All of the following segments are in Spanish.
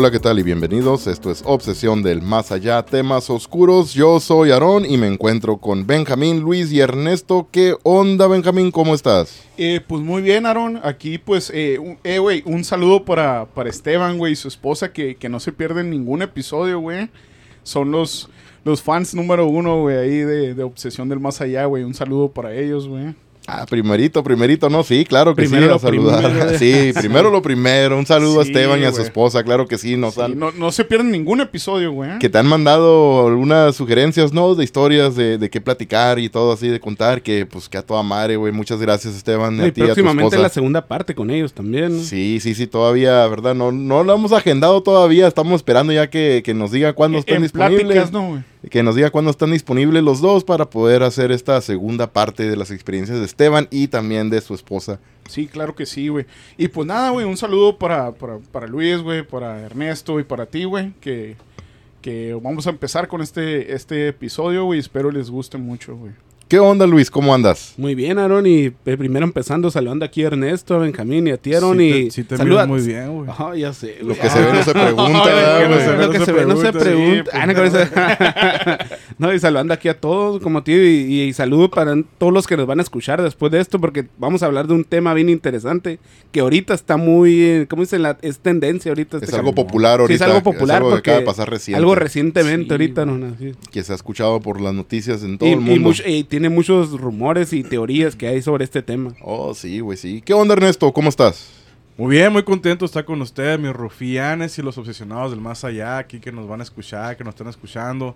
Hola, ¿qué tal? Y bienvenidos. Esto es Obsesión del Más Allá, temas oscuros. Yo soy Aarón y me encuentro con Benjamín, Luis y Ernesto. ¿Qué onda, Benjamín? ¿Cómo estás? Pues muy bien, Aarón. Aquí, pues, güey, un saludo para Esteban, güey, y su esposa, que no se pierden ningún episodio, güey. Son los fans número uno, güey, ahí de Obsesión del Más Allá, güey. Un saludo para ellos, güey. Ah, primerito, ¿no? Sí, claro que Primero sí, a lo saludar. primero. Sí, primero lo primero. Un saludo Sí, a Esteban y a su güey. esposa, claro que sí. No se pierden ningún episodio, güey. Que te han mandado algunas sugerencias, ¿no? De historias de qué platicar y todo así, de contar. Que, pues, que a toda madre, güey. Muchas gracias, Esteban, Y a ti y a tu próximamente esposa. la segunda parte con ellos también, ¿no? Sí, todavía, ¿verdad? No lo hemos agendado todavía. Estamos esperando ya que nos diga cuándo estén En disponibles. pláticas, ¿no, güey? Que nos diga cuándo están disponibles los dos para poder hacer esta segunda parte de las experiencias de Esteban y también de su esposa. Sí, claro que sí, güey. Y pues nada, güey, un saludo para Luis, güey, para Ernesto y para ti, güey, que vamos a empezar con este episodio, güey. Espero les guste mucho, güey. ¿Qué onda, Luis? ¿Cómo andas? Muy bien, Aarón, y primero empezando saludando aquí a Ernesto, a Benjamín y a ti, Aarón, y Sí te saluda. miras muy bien, güey. Ajá, ya sé. Lo que se ve no se pregunta, ¿verdad, Lo güey? que se ve no se pregunta. Sí, Ah, no, con eso- No, y saludando aquí a todos, como tío, y saludo para todos los que nos van a escuchar después de esto, porque vamos a hablar de un tema bien interesante, que ahorita está muy, ¿cómo dicen? Es tendencia ahorita. Es algo popular Sí, ahorita. es algo popular Es algo que porque acaba de pasar reciente. algo recientemente Sí, ahorita, güey. ¿no? Sí. Que se ha escuchado por las noticias en todo Y, el mundo. y tiene muchos rumores y teorías que hay sobre este tema. Oh, sí, güey, sí. ¿Qué onda, Ernesto? ¿Cómo estás? Muy bien, muy contento de estar con ustedes, mis rufianes y los obsesionados del más allá, aquí que nos van a escuchar, que nos están escuchando.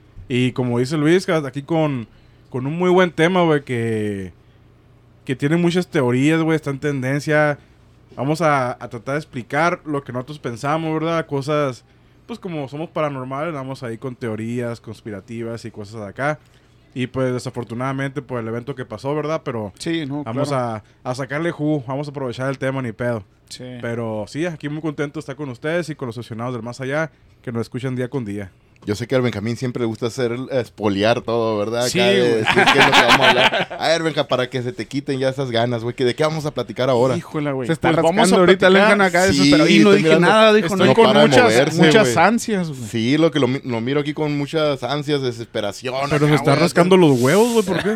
Y como dice Luis, aquí con un muy buen tema, güey, que tiene muchas teorías, güey, está en tendencia. Vamos a tratar de explicar lo que nosotros pensamos, ¿verdad? Cosas, pues como somos paranormales, vamos ahí con teorías conspirativas y cosas de acá. Y pues desafortunadamente por el evento que pasó, ¿verdad? Pero Sí, no, vamos claro. a sacarle jugo, vamos a aprovechar el tema, ni pedo. Sí. Pero sí, aquí muy contento de estar con ustedes y con los obsesionados del más allá, que nos escuchan día con día. Yo sé que al Benjamín siempre le gusta hacer espoliar todo, ¿verdad? Sí, Acá de güey. decir qué es lo que vamos a hablar. A ver, Benja, para que se te quiten ya esas ganas, güey. ¿De qué vamos a platicar ahora? Híjole, güey. Se está Pues rascando ahorita el platicar. Benjan acá de Sí, eso, pero y no estoy dije mirando. nada, dijo Estoy no con para de muchas moverse, güey. ansias, güey. Sí, lo miro aquí con muchas ansias, desesperación. Pero acá, se está güey, rascando los huevos, güey, ¿por qué?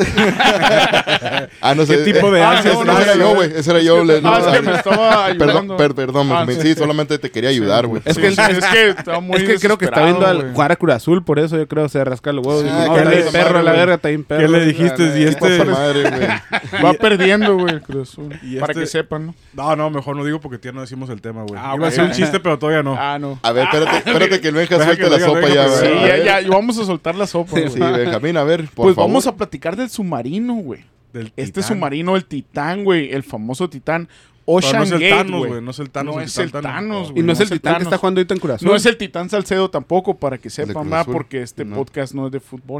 no sé. ¿Qué tipo de ansias? No, ese era yo, güey. Ese era yo. Es que me estaba ayudando. Perdón, Ah, Benjamín. sí. Sí, solamente te quería ayudar, güey. Es que Sí, es que está muy Es que creo que está viendo desesperado, al güey. jugar a Cruz Azul, por eso yo creo se rasca los huevos. Ah, Dijo, no, ¿qué dale, le- perro a la güey? verga, está bien perro. ¿Qué le dijiste? La- Y ¿Qué este- pasa, madre, güey? Va perdiendo, güey, Cruz Azul. Y Para este- que sepan, ¿no? No, mejor no digo porque todavía no decimos el tema, güey. Ah, Iba a ser un ok. chiste, pero todavía no. Ah, no. A ver, espérate que el Benja Deja suelte que la diga, sopa deja ya, que güey. diga. A ver. Ya, y vamos a soltar la sopa, güey. Sí, Benjamín, a ver, por Pues favor. vamos a platicar del submarino, güey. Del Este Titán. submarino, el Titán, güey. El famoso Titán Pero Ocean no es el Gate, Thanos, güey. güey. No es el Thanos. No es el Thanos, Y güey. no es el titán que Thanos. está jugando ahorita en Cruz Azul. No es el Titán Salcedo tampoco, para que sepan Cruz más, Azul. porque este No. podcast no es de fútbol.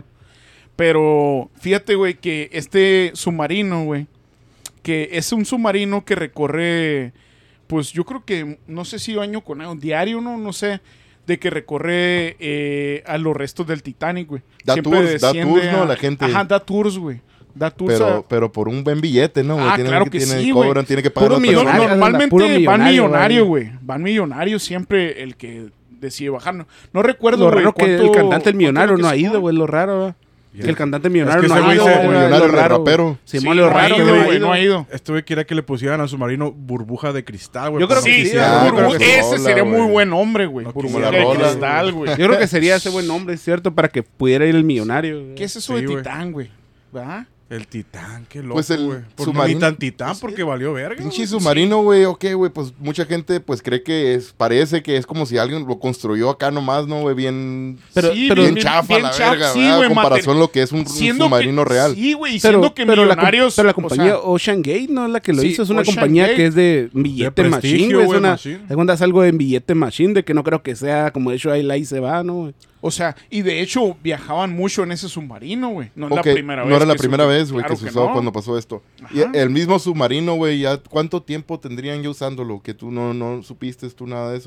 Pero fíjate, güey, que este submarino, güey, que es un submarino que recorre, pues yo creo que, no sé si año con año, diario, no sé, de que recorre a los restos del Titanic, güey. Da Siempre tours, desciende ¿no? La gente. Ajá, da tours, güey. Da tours Pero por un buen billete, ¿no, güey? Ah, claro que sí, güey. Cobran, tiene que pagar Puro las millonario. personas. anda, Normalmente puro van millonario, millonarios, güey. Van millonarios siempre el que decide bajar. No recuerdo, Lo güey, raro que el cuánto- cantante el millonario cuánto no ha era que ido, se güey, lo raro, ¿verdad? Que el cantante millonario Es que no ese ha güey ido, se- güey, millonario lo de raro. rapero. Sí, Sí, lo no ha raro, ido, güey. güey, no ha ido. Este güey quería que le pusieran al submarino burbuja de cristal, güey. Yo creo pero que no sí, quisieron, ah, güey. creo que sí. Ese Rola, sería güey. muy buen nombre, güey. No, Burbuja como la de rola, cristal, güey. Yo creo que sería ese buen nombre, ¿cierto? Para que pudiera ir el millonario. güey. ¿Qué es eso Sí, de güey. Titán, güey? ¿Verdad? El Titán, qué loco, Pues el güey. Pues submarino- ni tan Titán porque valió verga. Pinche güey. submarino, güey, ok, güey, pues mucha gente pues cree que parece que es como si alguien lo construyó acá nomás, ¿no, güey? Bien, Pero- Sí, pero- bien chafa la verga, sí, ¿verdad? güey, En comparación a lo que es un Siendo submarino que- real. Sí, güey, y Pero, siendo que pero millonarios... pero la o compañía sea, Ocean Gate no es la que lo sí, hizo, es una Ocean compañía Gate. que es de billete De machine, prestigio, güey. Es güey, una, machine. es cuando hace algo de billete machine, de que no creo que sea como de hecho ahí la y se va, ¿no? güey? O sea, y de hecho viajaban mucho en ese submarino, güey. No es Ok, la primera vez. no era la que primera se- vez, güey, claro que se usó no. cuando pasó esto. Ajá. Y el mismo submarino, güey, ya, ¿cuánto tiempo tendrían ya usándolo? Que tú no supiste tú nada de eso.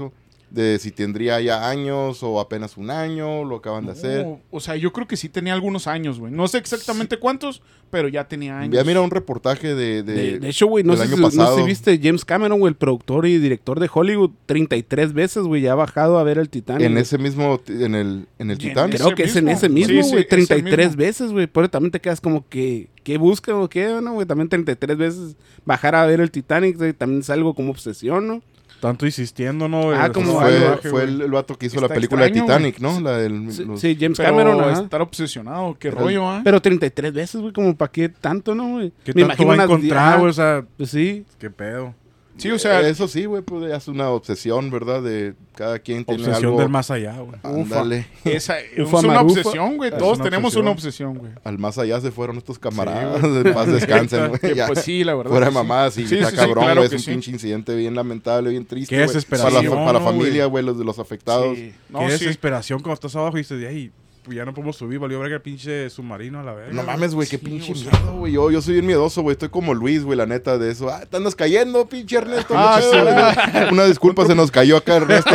de si tendría ya años o apenas un año, lo acaban de hacer. O sea, yo creo que sí tenía algunos años, güey. No sé exactamente cuántos, pero ya tenía años. Ya mira un reportaje De hecho, güey, no del sé año pasado. si viste James Cameron, güey, el productor y director de Hollywood, 33 veces, güey, ya ha bajado a ver el Titanic. En güey. ese mismo, en el Titanic. Creo que es en ese mismo, Sí, güey, sí, 33 ese mismo. veces, güey. Por eso también te quedas como que, ¿qué busca o qué, no, güey? También 33 veces bajar a ver el Titanic, güey, también es algo como obsesión, ¿no? Tanto insistiendo, ¿no? Ah, como Fue el vato que hizo la Está película de extraño, Titanic, ¿no? La del, Sí, los- sí, James Pero Cameron, ajá. estar obsesionado, qué Pero- rollo, ¿ah? Pero 33 veces, güey, como para qué tanto, ¿no, güey? ¿Qué tanto va a unas encontrar, ajá, güey? O sea, pues sí. qué pedo. Sí, o sea, eso sí, güey, pues ya es una obsesión, ¿verdad? De cada quien tiene Obsesión algo. del más allá, güey. Ándale. esa es Ufa una marufa. obsesión, güey. Es Todos una tenemos obsesión. una obsesión, güey. Al más allá se fueron estos camaradas. Sí, de paz descansen, güey. Que, ya. pues sí, la verdad. Fuera de que sí. mamadas y Sí, está sí, sí, cabrón, claro güey. que Es un sí. pinche incidente bien lamentable, bien triste. Qué güey. desesperación, Para la ¿no, familia, güey? güey, los de los afectados. Sí. Qué No, sí. desesperación cuando estás abajo y dices, ay, pues ya no podemos subir, valió verga el pinche submarino a la verga. No mames, güey, qué Sí, pinche o sea. miedo, güey. Yo soy bien miedoso, güey. Estoy como Luis, güey, la neta de eso. Ah, te andas cayendo, pinche Ernesto. Ah, qué pedo, güey. Una disculpa, se nos cayó acá Ernesto.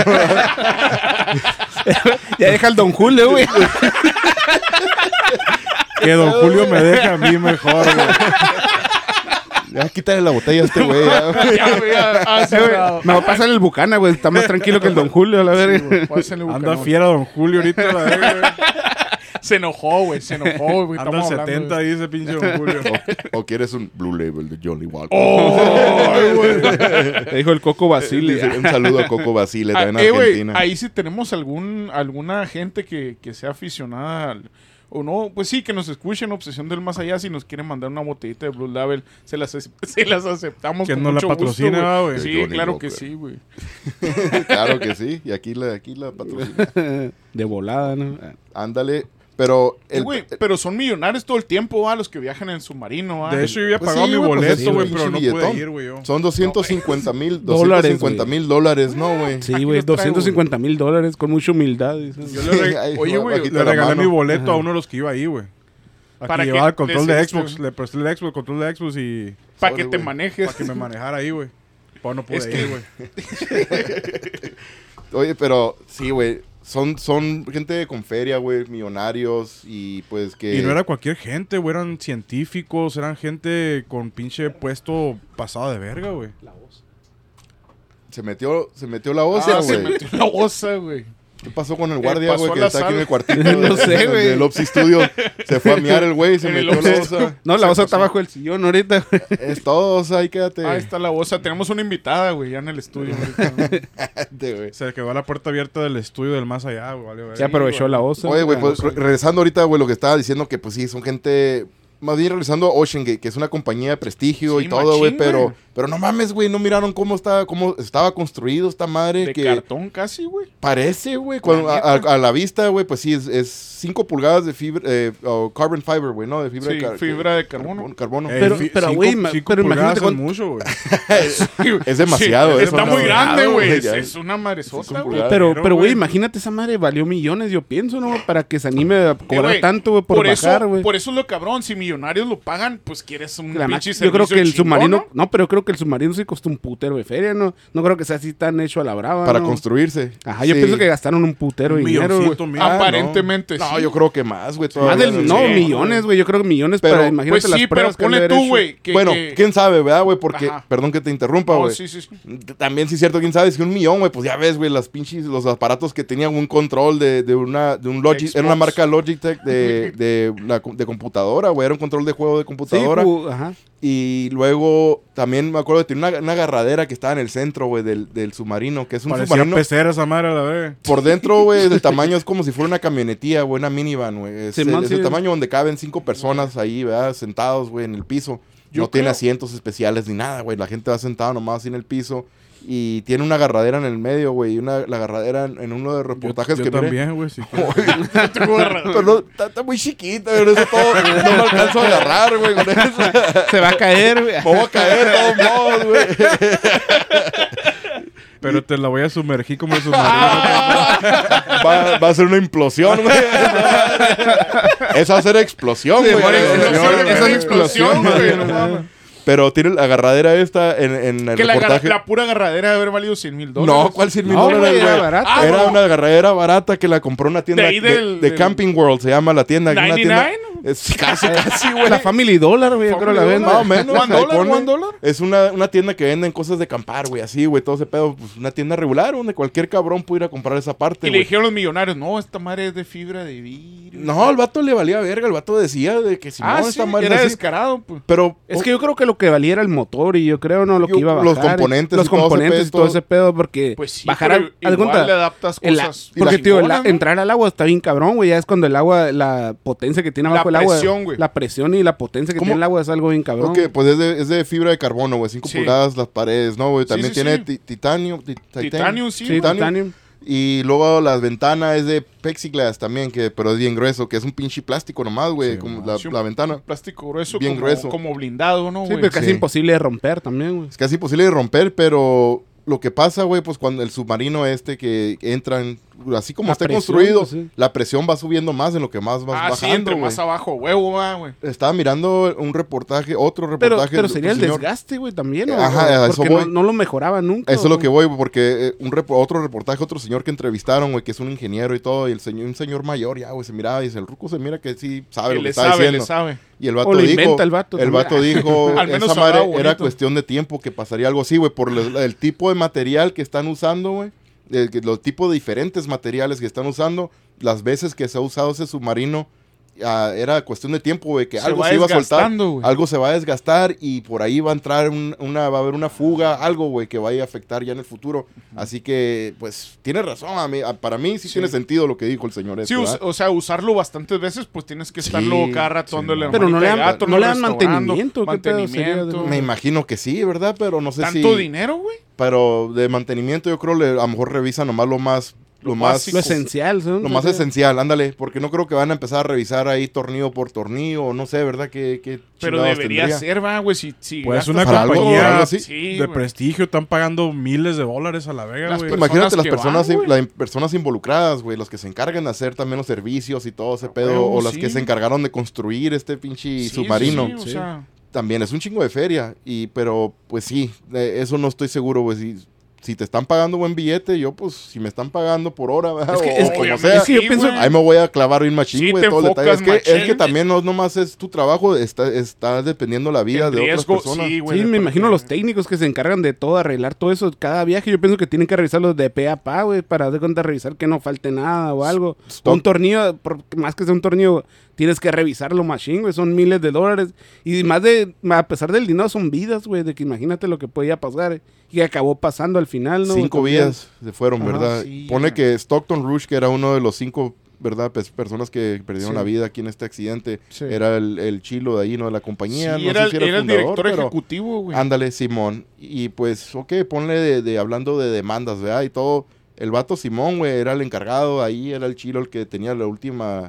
Ya deja el Don Julio, güey. Que Don Julio me deja a mí mejor, güey. Ya quítale la botella a este güey. ya, güey. Ya, güey, sí, bravo. Me va a pasar el Bucana, güey. Está más tranquilo que el Don Julio, a la verga. Sí, güey, pásenle Anda Bucanón. fiera Don Julio ahorita, la verga, güey. Se enojó, güey. Se enojó, güey. Anda al Estamos hablando 70 de- ahí ese pinche Don Julio. O quieres un Blue Label de Johnny Walker. Ay, güey. Le dijo el Coco Basile. Dice, un saludo a Coco Basile, Ah, también en güey, Argentina. ahí sí tenemos alguna gente que sea aficionada o no, pues sí, que nos escuchen Obsesión del Más Allá. Si nos quieren mandar una botellita de Blue Label, se las aceptamos Que con nos la mucho patrocine, gusto, ¿va, güey? Sí, Johnny claro Walker. que sí, güey. Claro que sí. Y aquí la patrocina. De volada, ¿no? Ándale. Pero Güey, pero son millonarios todo el tiempo, los que viajan en submarino, ¿va? De hecho, yo había Pues pagado sí, mi güey, pues boleto, sí, güey, güey, pero no pinche pude billetón. ir, güey. Yo. son $250,000 Dólares, $250,000, ¿no, güey? Sí, Aquí güey, los traigo, $250,000 con mucha humildad. dices. Yo le, Ay, Oye, güey, bajita le la regalé mano. mi boleto a uno de los que iba ahí, güey. ¿Para Para qué? llevaba el control de Decidiste, Xbox. güey. Le presté el Xbox, control de Xbox y... Para que te güey. manejes. Para que me manejara ahí, güey. Pues no pude Es que- ir, güey. Oye, pero sí, güey. Son gente con feria, güey, millonarios y pues que... Y no era cualquier gente, güey. Eran científicos, eran gente con pinche puesto pasado de verga, güey. Se metió la osa, Se güey. metió la osa, güey. ¿Qué pasó con el guardia, pasó güey, a que la está aquí sala. en el cuartito? No sé, güey. Del Opsi Studio. Se fue a miar el güey y se En el metió la Opsi osa. No, la osa está bajo el sillón ahorita, güey. Es todo, osa, ahí quédate. Ahí está la osa. Tenemos una invitada, güey, ya en el estudio. ahorita, ¿no? Quédate, güey. Se quedó a la puerta abierta del estudio del más allá, güey. Vale, Se aprovechó la osa. Oye, güey, La pues osa. regresando ahorita, güey, lo que estaba diciendo, que pues sí, son gente... Más bien regresando a OceanGate, que es una compañía de prestigio Sí, y todo, güey, machín, güey. pero no mames, güey, no miraron cómo estaba construido esta madre, De que cartón casi, güey. parece, güey, cuando a la vista, güey, pues sí, es 5 pulgadas de fibra, o carbon fiber, güey, ¿no? De fibra, Sí, fibra de carbono. carbono. Pero, güey, pero imagínate es cuánto- mucho, güey. Es demasiado, Sí, eso. está no, muy grande, no, güey. ya. Es una madresota, Cinco güey. pulgadas. Pero, Pero, güey, güey. imagínate esa madre, valió millones, yo pienso, ¿no? Para que se anime a cobrar güey, tanto, güey, por bajar, güey. Por eso es lo cabrón. Si millonarios lo pagan, pues quieres un La pinche yo creo servicio que el chingón, submarino, ¿no? no, pero creo que el submarino sí costó un putero de feria, ¿no? No creo que sea así tan hecho a la brava, Para ¿no? construirse. Ajá, yo Sí. pienso que gastaron un putero de dinero, güey. Milloncito, mil. Ah, Aparentemente, no. sí. No, yo creo que más, güey. Más todavía del, no no, sé. millones, güey, yo creo que millones, Pero, pero imagínate Pues las sí, pero pruebas que han de ponle haber tú, hecho. güey. que- Bueno, que- quién sabe, ¿verdad, güey? Porque, Ajá. perdón que te interrumpa, No, güey. sí, sí, sí. También sí es cierto, quién sabe, si 1,000,000, güey, pues ya ves, güey, los aparatos que tenían un control de un Logitech, era una Xbox. marca Logitech de computadora, güey, era un control de juego de Sí, computadora. ajá. Y luego también me acuerdo de tener una agarradera que estaba en el centro, güey, del submarino, que es un Parecía submarino. pecera esa madre, a la verga. Por dentro, güey, el tamaño es como si fuera una camionetía, güey, una minivan, güey. Es, Simón, es sí. el tamaño donde caben 5 personas ahí, ¿verdad? Sentados, güey, en el piso. Yo No tiene creo- asientos especiales ni nada, güey. La gente va sentada nomás así en el piso. Y tiene una agarradera en el medio, güey. Y la agarradera en uno de los reportajes yo que miré. también, güey. Sí, Pero no, está muy chiquita, güey. Eso todo, no me alcanzo a agarrar, güey, con eso. Se va a caer, güey. Me voy a caer de todos modos, güey. pero te la voy a sumergir como el submarino. Va a ser una implosión, güey. Esa va a ser explosión, güey. bueno, Esa esa es explosión, güey. güey. no mames. Pero tiene la agarradera esta en el Que reportaje. la pura agarradera debe haber valido $100,000. No, ¿cuál $100,000? No, güey, era güey? barata. Era una agarradera barata que la compró una tienda De ahí del- Camping World, se llama la tienda. Una tienda 99. es casi, güey. La Family Dollar, güey, yo creo la venden. Más o menos. ¿One ahí dollar? pone. ¿One dollar? Es una tienda que venden cosas de acampar, güey, así, güey, todo ese pedo. Pues una tienda regular donde cualquier cabrón pudiera comprar esa parte, Y le güey. dijeron los millonarios, no, esta madre es de fibra de vidrio. No, el vato le valía verga. El vato decía de que si no, sí, esta madre era así. descarado, pues. Pero Es que yo creo que lo que valía era el motor y yo creo, ¿no? Lo que Yo- iba a bajar. los componentes Los y todo ese componentes y todo pedo. ese pedo, porque Pues sí, bajar pero haz de igual cuenta, le adaptas cosas porque, tío, chingonas, ¿no? entrar al agua está bien cabrón, güey. Ya es cuando el agua, la potencia que tiene La abajo el agua. presión, güey. La presión y la potencia que ¿Cómo? tiene el agua es algo bien cabrón. ok, pues es de fibra de carbono, güey. 5 Sí. pulgadas las paredes, ¿no, güey? Sí, También sí, tiene sí. titanio. Titanium, sí, Sí, güey. titanium. Y luego las ventanas es de plexiglass también, pero es bien grueso, que es un pinche plástico nomás, güey, Sí, como man. la, Sí, la ventana. Plástico grueso, Bien como, grueso. como blindado, ¿no, Sí, güey? pero casi Sí. imposible de romper también, güey. Es casi imposible de romper, pero lo que pasa, güey, pues cuando el submarino que entra en, así como La está presión, construido, pues, sí. la presión va subiendo más en lo que más vas Sí, bajando, entre güey. más abajo, huevo, güey. Estaba mirando un reportaje, otro Pero reportaje. sería de el un señor. desgaste, güey, también, ¿no? Ajá, a eso Porque voy. no lo mejoraba nunca. Eso es lo güey. que voy, porque otro reportaje, otro señor que entrevistaron, güey, que es un ingeniero y todo, y un señor mayor ya, güey, se miraba y dice, el ruco se mira que sí sabe Que lo que le está sabe, diciendo. le sabe. Y el vato O lo dijo, inventa el vato también. dijo, Al menos esa madre hablaba era bonito. cuestión de tiempo que pasaría algo así, güey, por el tipo de material que están usando, güey, los tipos de diferentes materiales que están usando, las veces que se ha usado ese submarino, era cuestión de tiempo, güey, que Se algo va se iba a soltar, desgastando, güey. algo se va a desgastar y por ahí va a entrar va a haber una fuga, algo, güey, que vaya a afectar ya en el futuro. Así que, pues, tiene razón, para mí sí tiene sentido lo que dijo el señor. Sí, o sea, usarlo bastantes veces, pues tienes que estarlo cada rato dándole la Pero no manita le de dan- gato, no le dan restaurando, mantenimiento, ¿qué pedo sería de- mantenimiento. Me imagino que sí, ¿verdad? Pero no sé ¿Tanto si... dinero, güey? Pero de mantenimiento yo creo a lo mejor revisan nomás lo más básico. Lo esencial, ¿no? lo más esencial, ándale, porque no creo que van a empezar a revisar ahí tornillo por tornillo, o no sé, ¿verdad? ¿Qué Pero chingados debería tendría? ser, va, güey, si Pues gastas una para algo, compañía algo así. Sí, de güey. prestigio están pagando miles de dólares a la vega, Las güey. personas Imagínate las que personas, van, güey. las personas involucradas, güey, los que se encargan de hacer también los servicios y todo ese pedo, huevo, o las sí. que se encargaron de construir este pinche Sí, submarino. sí, o sea, También es un chingo de feria, pero pues sí, eso no estoy seguro, güey, si te están pagando buen billete, yo pues si me están pagando por hora, ¿verdad? Es que- O es que- como obviamente sea, es que yo sí, pienso- güey. ahí me voy a clavar un machín, Sí, güey, te todo el detalle. enfocas Es que machín. también no nomás es tu trabajo, está dependiendo la vida en de riesgo, otras personas. sí, güey. Sí, me imagino los técnicos que se encargan de todo, arreglar todo eso. Cada viaje yo pienso que tienen que revisarlo de pe a pa, güey, para de cuenta revisar que no falte nada o algo. Stop. Un tornillo, más que sea un tornillo, tienes que revisarlo machín, güey. Son miles de dólares. Y a pesar del dinero, son vidas, güey, de que imagínate lo que podía pasar. Y acabó pasando al final, ¿no? 5 También. vidas se fueron, Ajá, ¿verdad? sí, Pone ya. que Stockton Rush, que era uno de los 5, ¿verdad? Personas que perdieron Sí. la vida aquí en este accidente, Sí. era el chilo de ahí, ¿no? De la compañía. Sí, no era, sé si era, era el fundador, director pero ejecutivo, güey. ándale, Simón. Y pues, ok, ponle hablando de demandas, ¿verdad? Y todo. El vato Simón, güey, era el encargado, ahí era el chilo el que tenía la última,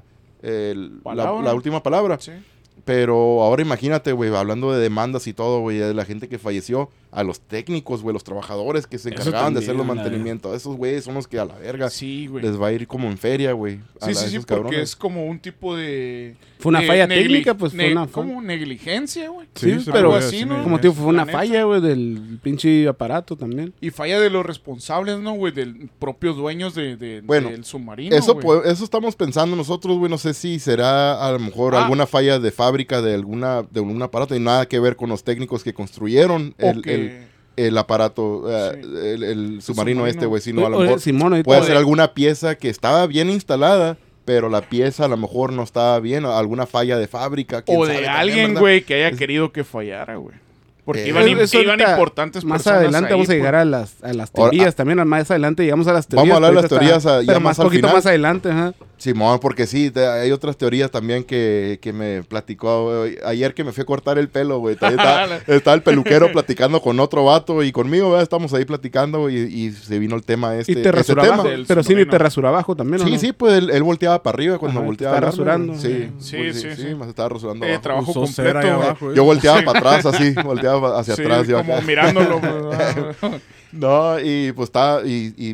Palabra. la última palabra. Sí. Pero ahora imagínate, güey, hablando de demandas y todo, güey, de la gente que falleció, a los técnicos, güey, los trabajadores que se Eso encargaban de hacer los también, mantenimientos. Esos güeyes son los que a la verga Sí, güey. les va a ir como en feria, güey. a Sí, sí, sí, esos porque cabrones. es como un tipo de... Fue una de falla técnica, pues fue una como negligencia, güey. Sí, se pero puede así, decir, ¿no? Como te digo, fue una La neta. falla, güey, del pinche aparato también. Y falla de los responsables, ¿no, güey? Del propios dueños Bueno, del submarino, Eso, güey. eso estamos pensando nosotros, güey. No sé si será a lo mejor alguna falla de fábrica de algún aparato y nada que ver con los técnicos que construyeron O el que- el aparato, Sí. el submarino submarino. este, güey. Sino a lo Oye, mejor Simón, ahorita- puede ser alguna pieza que estaba bien instalada, pero la pieza a lo mejor no estaba bien. Alguna falla de fábrica. quién O sabe de también, alguien, ¿verdad? güey, que haya querido que fallara, güey. Porque iban, Eso iban ahorita, importantes más personas adelante ahí, vamos a pues. llegar a las Ahora, teorías también. Más adelante llegamos a las teorías. Vamos a hablar de las pero ahorita teorías ya pero más más al poquito final. más adelante, ajá. Simón, porque sí, hay otras teorías también que me platicó güey, ayer que me fui a cortar el pelo, güey. Estaba el peluquero platicando con otro vato y conmigo, ¿verdad? Estamos ahí platicando güey, y se vino el tema Y te ese rasura tema. abajo. Del Pero sí, ni submarino. te rasura abajo también, ¿o Sí, no? sí, pues él volteaba para arriba cuando Ajá, volteaba. te a está hablarme, rasurando. güey. Sí. me estaba rasurando abajo. Trabajo Usó cera ahí completo, güey. abajo, Yo volteaba para atrás así, volteaba hacia Sí, atrás. Yo como acá. mirándolo, güey. No, y pues estaba, y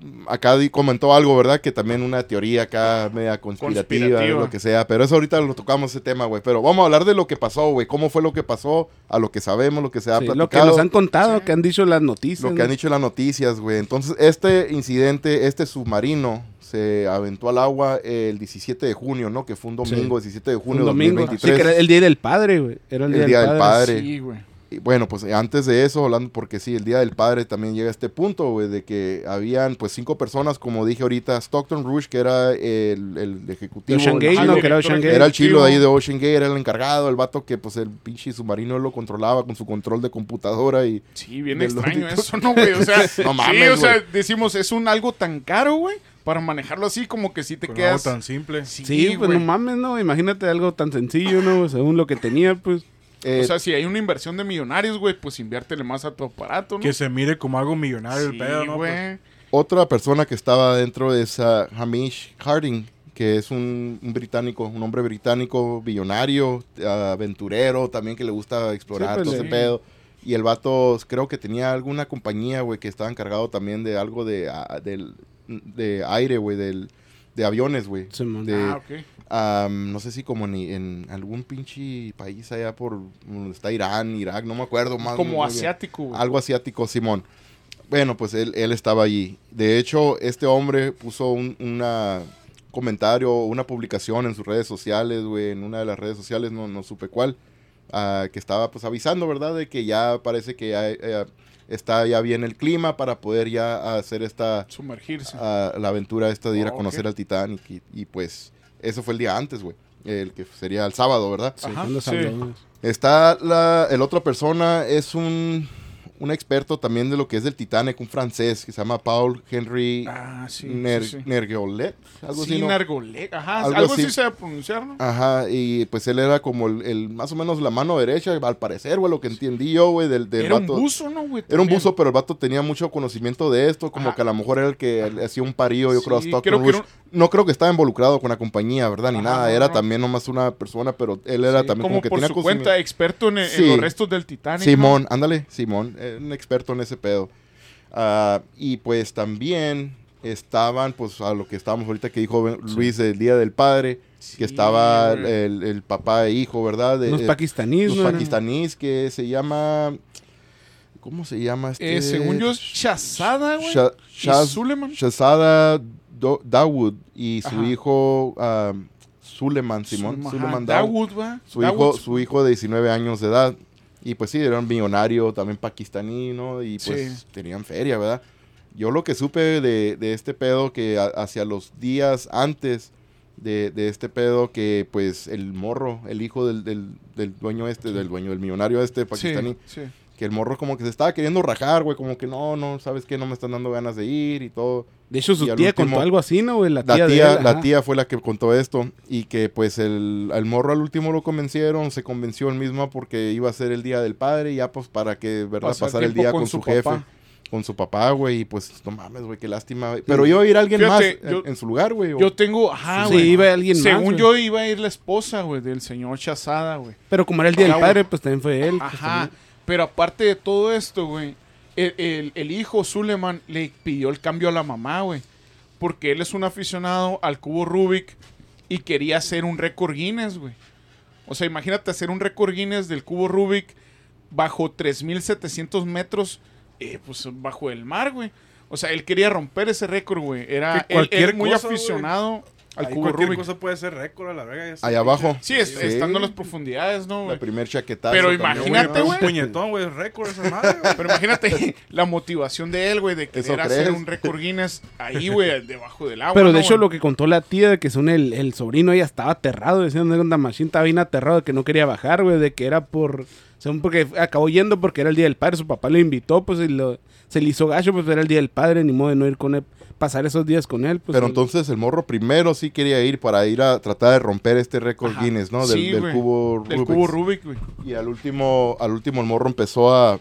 acá comentó algo, ¿verdad? Que también una teoría acá media conspirativa, lo que sea. Pero eso ahorita lo tocamos ese tema, güey. Pero vamos a hablar de lo que pasó, güey. ¿Cómo fue lo que pasó? A lo que sabemos, lo que se ha platicado. Lo que nos han contado, que han dicho las noticias. Lo que han dicho las noticias, güey. Entonces, este incidente, este submarino, se aventó al agua el 17 de junio, ¿no? Que fue un domingo, 17 de junio de 2023. Sí, que era el Día del Padre, güey. Era el Día del Padre. Sí, güey. Y bueno, pues antes de eso, hablando, porque sí, el Día del Padre también llega a este punto, güey, de que habían, pues, 5 personas, como dije ahorita, Stockton Rush, que era el ejecutivo. Ocean Gate, ¿no? Que era Ocean Gate. Era el chilo de ahí de Ocean Gate, era el encargado, el vato que, pues, el pinche submarino lo controlaba con su control de computadora y... Sí, bien extraño eso, ¿no, güey? O sea, no mames, sí, o sea, güey. decimos, es un algo tan caro, güey, para manejarlo así, como que sí te Con quedas... algo tan simple. Sí, pues no mames, ¿no? Imagínate algo tan sencillo, ¿no? Según lo que tenía, pues... o sea, si hay una inversión de millonarios, güey, pues inviértele más a tu aparato, ¿no? Que se mire como algo millonario el pedo, ¿no? güey. Pues, Otra persona que estaba dentro es Hamish Harding, que es un británico, un hombre británico billonario, aventurero, también que le gusta explorar Sí, pues, todo ese pedo. Y el vato creo que tenía alguna compañía, güey, que estaba encargado también de algo de aire, güey, de aviones, güey. Sí, man. Ok. No sé si como en algún pinche país allá por donde está Irán, Irak, no me acuerdo más. Como muy bien. asiático, güey. Algo asiático, Simón. Bueno, pues él estaba allí. De hecho, este hombre puso un comentario, una publicación en sus redes sociales, güey, en una de las redes sociales, no supe cuál, que estaba pues avisando, ¿verdad? De que ya parece que ya está ya bien el clima para poder ya hacer Sumergirse. la aventura esta de ir a Ok. conocer al Titanic. Y pues eso fue el día antes, güey. El que sería el sábado, ¿verdad? Sí, Ajá, cuando sí. habló, Está el otra persona, es un experto también de lo que es del Titanic, un francés que se llama Paul Henry Sí. Nergollet, algo así, ¿no? Nargolet, ajá. Algo Algo así. así se debe pronunciar, ¿no? Ajá, y pues él era como el más o menos la mano derecha, al parecer, güey, lo que entendí yo, güey, del Era un vato. buzo, ¿no, güey? Era un También. buzo, pero el vato tenía mucho conocimiento de esto, como Ajá. que a lo mejor era el que hacía un parío, yo creo, a Sí, Stockton creo que Rush. No creo que estaba involucrado con la compañía, ¿verdad? Ni Ajá, nada, no, era no. también nomás una persona, pero él era Sí, también como que por tenía su conocimiento. cuenta, experto en Sí. los restos del Titanic. Simón, ¿no? ándale, Simón, un experto en ese pedo. Y pues también estaban, pues a lo que estábamos ahorita que dijo Luis, el Día del Padre, Sí, que estaba güey. el papá e hijo, ¿verdad? Unos pakistaníes, Los ¿no? pakistaníes que se llama... ¿Cómo se llama este? Según yo, es Shazada, güey. Shah- y Suleiman. Shahzada Dawood y su Ajá. hijo Suleiman, Simón. Ajá, Suleiman Dawood. Dawood, va. Su hijo de 19 años de edad. Y pues sí, era un millonario, también pakistaní, ¿no? Y pues Sí. tenían feria, ¿verdad? Yo lo que supe de este pedo, que hacia los días antes de este pedo, que pues el morro, el hijo del dueño del millonario pakistaní, Sí. que el morro como que se estaba queriendo rajar, güey, como que no, ¿sabes qué? No me están dando ganas de ir y todo. De hecho, su Y al tía último- contó algo así, ¿no, güey? La La tía, de tía, él, la ajá. tía fue la que contó esto y que pues el morro al último lo convencieron, se convenció él mismo porque iba a ser el Día del Padre y ya pues para que, ¿verdad? Pasar el tiempo día con su jefe, papá. con su papá, güey, y pues no mames, güey, qué lástima. Güey. Pero iba a ir alguien Fíjate, más yo- en su lugar, güey. Yo tengo, ajá, Sí, güey. iba alguien más, Según güey. yo, iba a ir la esposa, güey, del señor Shazada, güey. Pero como era el Día del Ah, Padre, pues también fue él. pues, Ajá. también. Pero aparte de todo esto, güey, el hijo Suleiman le pidió el cambio a la mamá, güey. Porque él es un aficionado al cubo Rubik y quería hacer un récord Guinness, güey. O sea, imagínate hacer un récord Guinness del cubo Rubik bajo 3,700 metros, pues bajo el mar, güey. O sea, él quería romper ese récord, güey. Que Él cualquier es muy cosa, aficionado al Ahí cubo cualquier Rubik. cosa puede ser récord a la verga. ya está. Allá abajo. Sí, estando en las profundidades, ¿no, La güey? primer chaquetazo. Pero también, imagínate, Un güey. puñetón, güey, récord esa madre, güey. Pero imagínate la motivación de él, güey, de ¿Eso querer hacer crees? un récord Guinness ahí, güey, debajo del agua. Pero ¿no, de hecho, güey? lo que contó la tía, de que son el sobrino, ella estaba aterrado. Decían que onda machine estaba bien aterrado, de que no quería bajar, güey, de que era según porque acabó yendo porque era el Día del Padre. Su papá lo invitó, pues, se le hizo gacho, pues era el Día del Padre, ni modo de no ir con él, pasar esos días con él. Pues, Pero entonces el morro primero sí quería ir para ir a tratar de romper este récord Ajá. Guinness, ¿no? Sí, Del güey. cubo Del Rubik. cubo Rubik, güey. Y al último el morro empezó a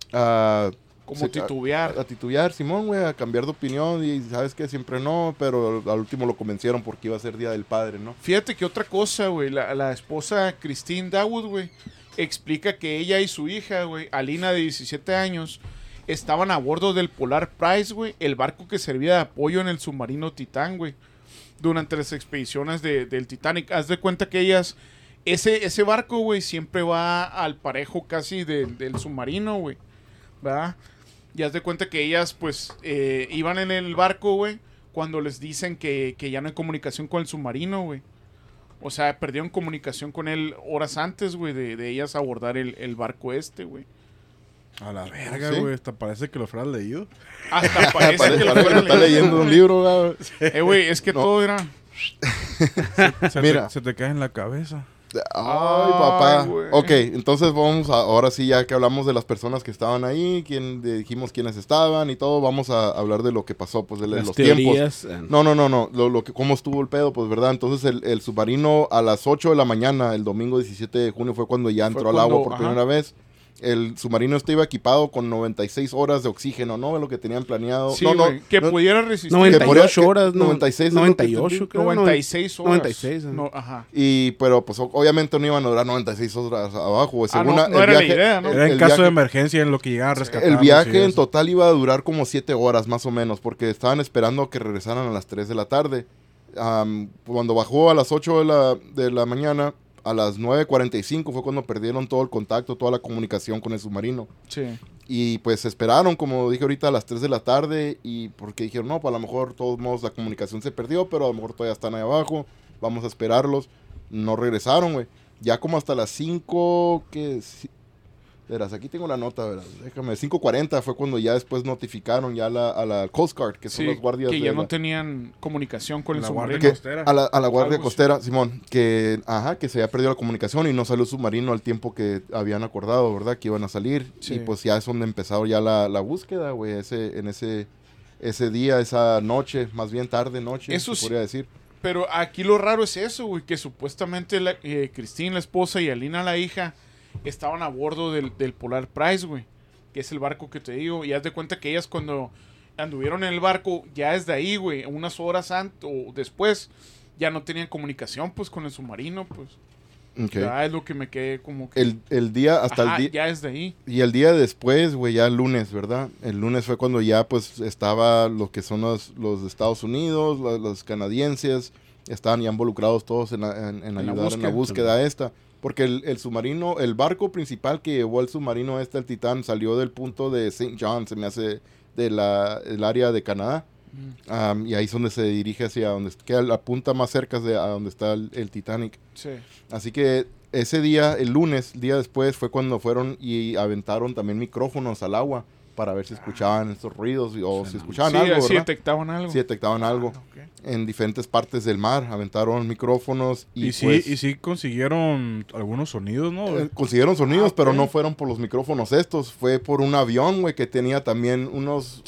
Como titubear. a titubear, Simón, güey, a cambiar de opinión y sabes que siempre no, pero al último lo convencieron porque iba a ser Día del Padre, ¿no? Fíjate que otra cosa, güey, la esposa Christine Dawood, güey, explica que ella y su hija, güey, Alina de 17 años, estaban a bordo del Polar Prize, güey, el barco que servía de apoyo en el submarino Titán, güey, durante las expediciones del Titanic. Haz de cuenta que ellas, ese barco, güey, siempre va al parejo casi del submarino, güey, ¿verdad? Y haz de cuenta que ellas, pues, iban en el barco, güey, cuando les dicen que ya no hay comunicación con el submarino, güey. O sea, perdieron comunicación con él horas antes, güey, de ellas abordar el barco güey. A la verga, ¿Sí? güey. Hasta parece que lo fueras leído. Hasta parece que lo Parece que fueran está leyendo un libro, güey. güey, es que No. todo era... Mira. Se te cae en la cabeza. Ay, papá. güey. Ok, entonces vamos ahora sí, ya que hablamos de las personas que estaban ahí, dijimos quiénes estaban y todo, vamos a hablar de lo que pasó, pues de Las los tiempos. teorías. No. Cómo estuvo el pedo, pues, ¿verdad? Entonces el submarino a las 8 de la mañana, el domingo 17 de junio, fue cuando ya entró al agua por primera vez. El submarino iba equipado con 96 horas de oxígeno, ¿no? Lo que tenían planeado. Sí, no, güey, que pudiera resistir. 98 horas, ¿no? 96 es lo que 98, entendí. creo. 96 horas. 96. No, ajá. Pero pues obviamente no iban a durar 96 horas abajo, güey. Según no era la idea, ¿no? Era en el caso viaje- de emergencia en lo que llegaban a rescatar. El viaje en total iba a durar como 7 horas más o menos, porque estaban esperando a que regresaran a las 3 de la tarde. Cuando bajó a las 8 de la mañana, a las 9:45 fue cuando perdieron todo el contacto, toda la comunicación con el submarino. Sí. Y pues esperaron, como dije ahorita, a las 3 de la tarde, y porque dijeron, no, pues a lo mejor de todos modos la comunicación se perdió, pero a lo mejor todavía están ahí abajo, vamos a esperarlos. No regresaron, güey. Ya como hasta las 5, verás, aquí tengo la nota, verás, déjame, 5:40 fue cuando ya después notificaron ya a la Coast Guard, que son Sí, los guardias que de ya no la- tenían comunicación con el La guardia submarino. costera. a la guardia Algo costera, Simón, que se había perdido la comunicación y no salió el submarino al tiempo que habían acordado, ¿verdad? Que iban a salir. Sí. Y pues ya es donde empezó ya la búsqueda, güey, en ese día, esa noche, más bien tarde noche, Eso se sí. podría decir. Pero aquí lo raro es eso, güey, que supuestamente Christine, la esposa, y Alina, la hija, estaban a bordo del Polar Prize, güey, que es el barco que te digo. Y haz de cuenta que ellas cuando anduvieron en el barco, ya desde ahí, güey, unas horas antes o después, ya no tenían comunicación, pues, con el submarino, pues. Ok. Ya es lo que me quedé como que... El día, hasta Ajá, el día... ya desde ahí. Y el día después, güey, ya el lunes, ¿verdad? El lunes fue cuando ya, pues, estaba lo que son los de Estados Unidos, los canadienses, estaban ya involucrados todos en ayudar en la búsqueda. búsqueda esta. Porque el submarino, el barco principal que llevó el submarino el Titán, salió del punto de St. John, se me hace, el área de Canadá. Y ahí es donde se dirige hacia donde queda la punta más cerca a donde está el Titanic. Sí. Así que ese día, el lunes, día después, fue cuando fueron y aventaron también micrófonos al agua para ver si escuchaban estos ruidos o si escuchaban Sí, algo, sí ¿verdad? detectaban algo. Si detectaban algo. Ok. En diferentes partes del mar, aventaron micrófonos y, Y pues, sí consiguieron algunos sonidos, ¿no? consiguieron sonidos, Ah, pero ok. no fueron por los micrófonos estos, fue por un avión, güey, que tenía también unos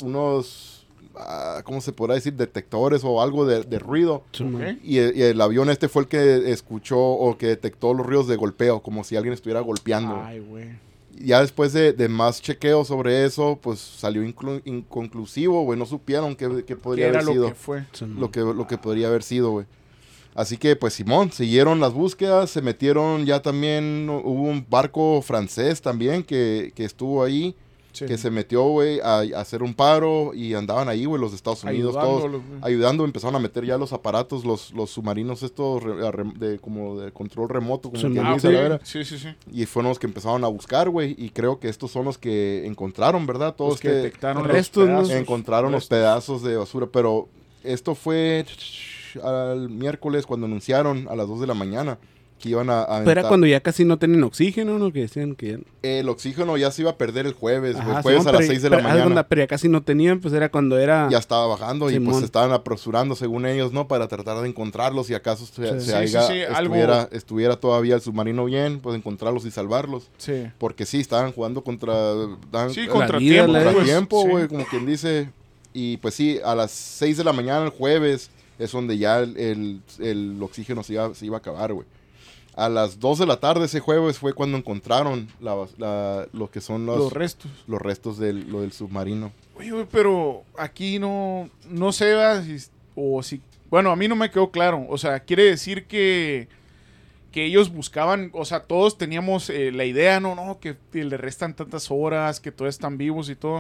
¿cómo se podrá decir? Detectores o algo de ruido. Ok. Y el avión este fue el que escuchó o que detectó los ruidos de golpeo, como si alguien estuviera golpeando. Ay, güey. Ya después de más chequeo sobre eso, pues salió inconclusivo, güey. No supieron qué ¿Qué podría era haber lo sido. que fue? Lo que podría haber sido, güey. Así que, pues, Simón, siguieron las búsquedas, se metieron ya también, hubo un barco francés también que estuvo ahí, Sí. que se metió, güey, a hacer un paro y andaban ahí, güey, los de Estados Unidos, todos Ayudándolos, güey. ayudando, empezaron a meter ya los aparatos, los submarinos estos como de control remoto, como Sí, quien Ah, dice, ok. la verdad. Sí, sí, sí. Y fueron los que empezaron a buscar, güey, y creo que estos son los que encontraron, ¿verdad? Todos Los que detectaron restos, ¿no? los pedazos. encontraron los pedazos de basura, pero esto fue al miércoles cuando anunciaron a las 2 de la mañana que iban a Pero aventar. era cuando ya casi no tenían oxígeno, ¿no? Que decían que ya... El oxígeno ya se iba a perder el jueves, güey. Ajá, Jueves Simón, a las pero- 6 de la pero, haz mañana. cuenta, pero ya casi no tenían, pues era cuando era... Ya estaba bajando y pues Simón. se estaban apresurando según ellos, ¿no? Para tratar de encontrarlos y acaso estuviera todavía el submarino bien, pues encontrarlos y salvarlos. Sí. Porque sí, estaban jugando contra... Sí, La contra vida, tiempo. la- pues, tiempo, sí. güey, como quien dice. Y pues sí, a las 6 de la mañana el jueves es donde ya el oxígeno se iba a acabar, güey. A las 2 de la tarde ese jueves fue cuando encontraron lo que son Los restos. los restos del submarino. Oye, güey, pero aquí no sé ¿verdad? si... Bueno, a mí no me quedó claro. O sea, quiere decir que ellos buscaban... O sea, todos teníamos la idea, no, que le restan tantas horas, que todos están vivos y todo.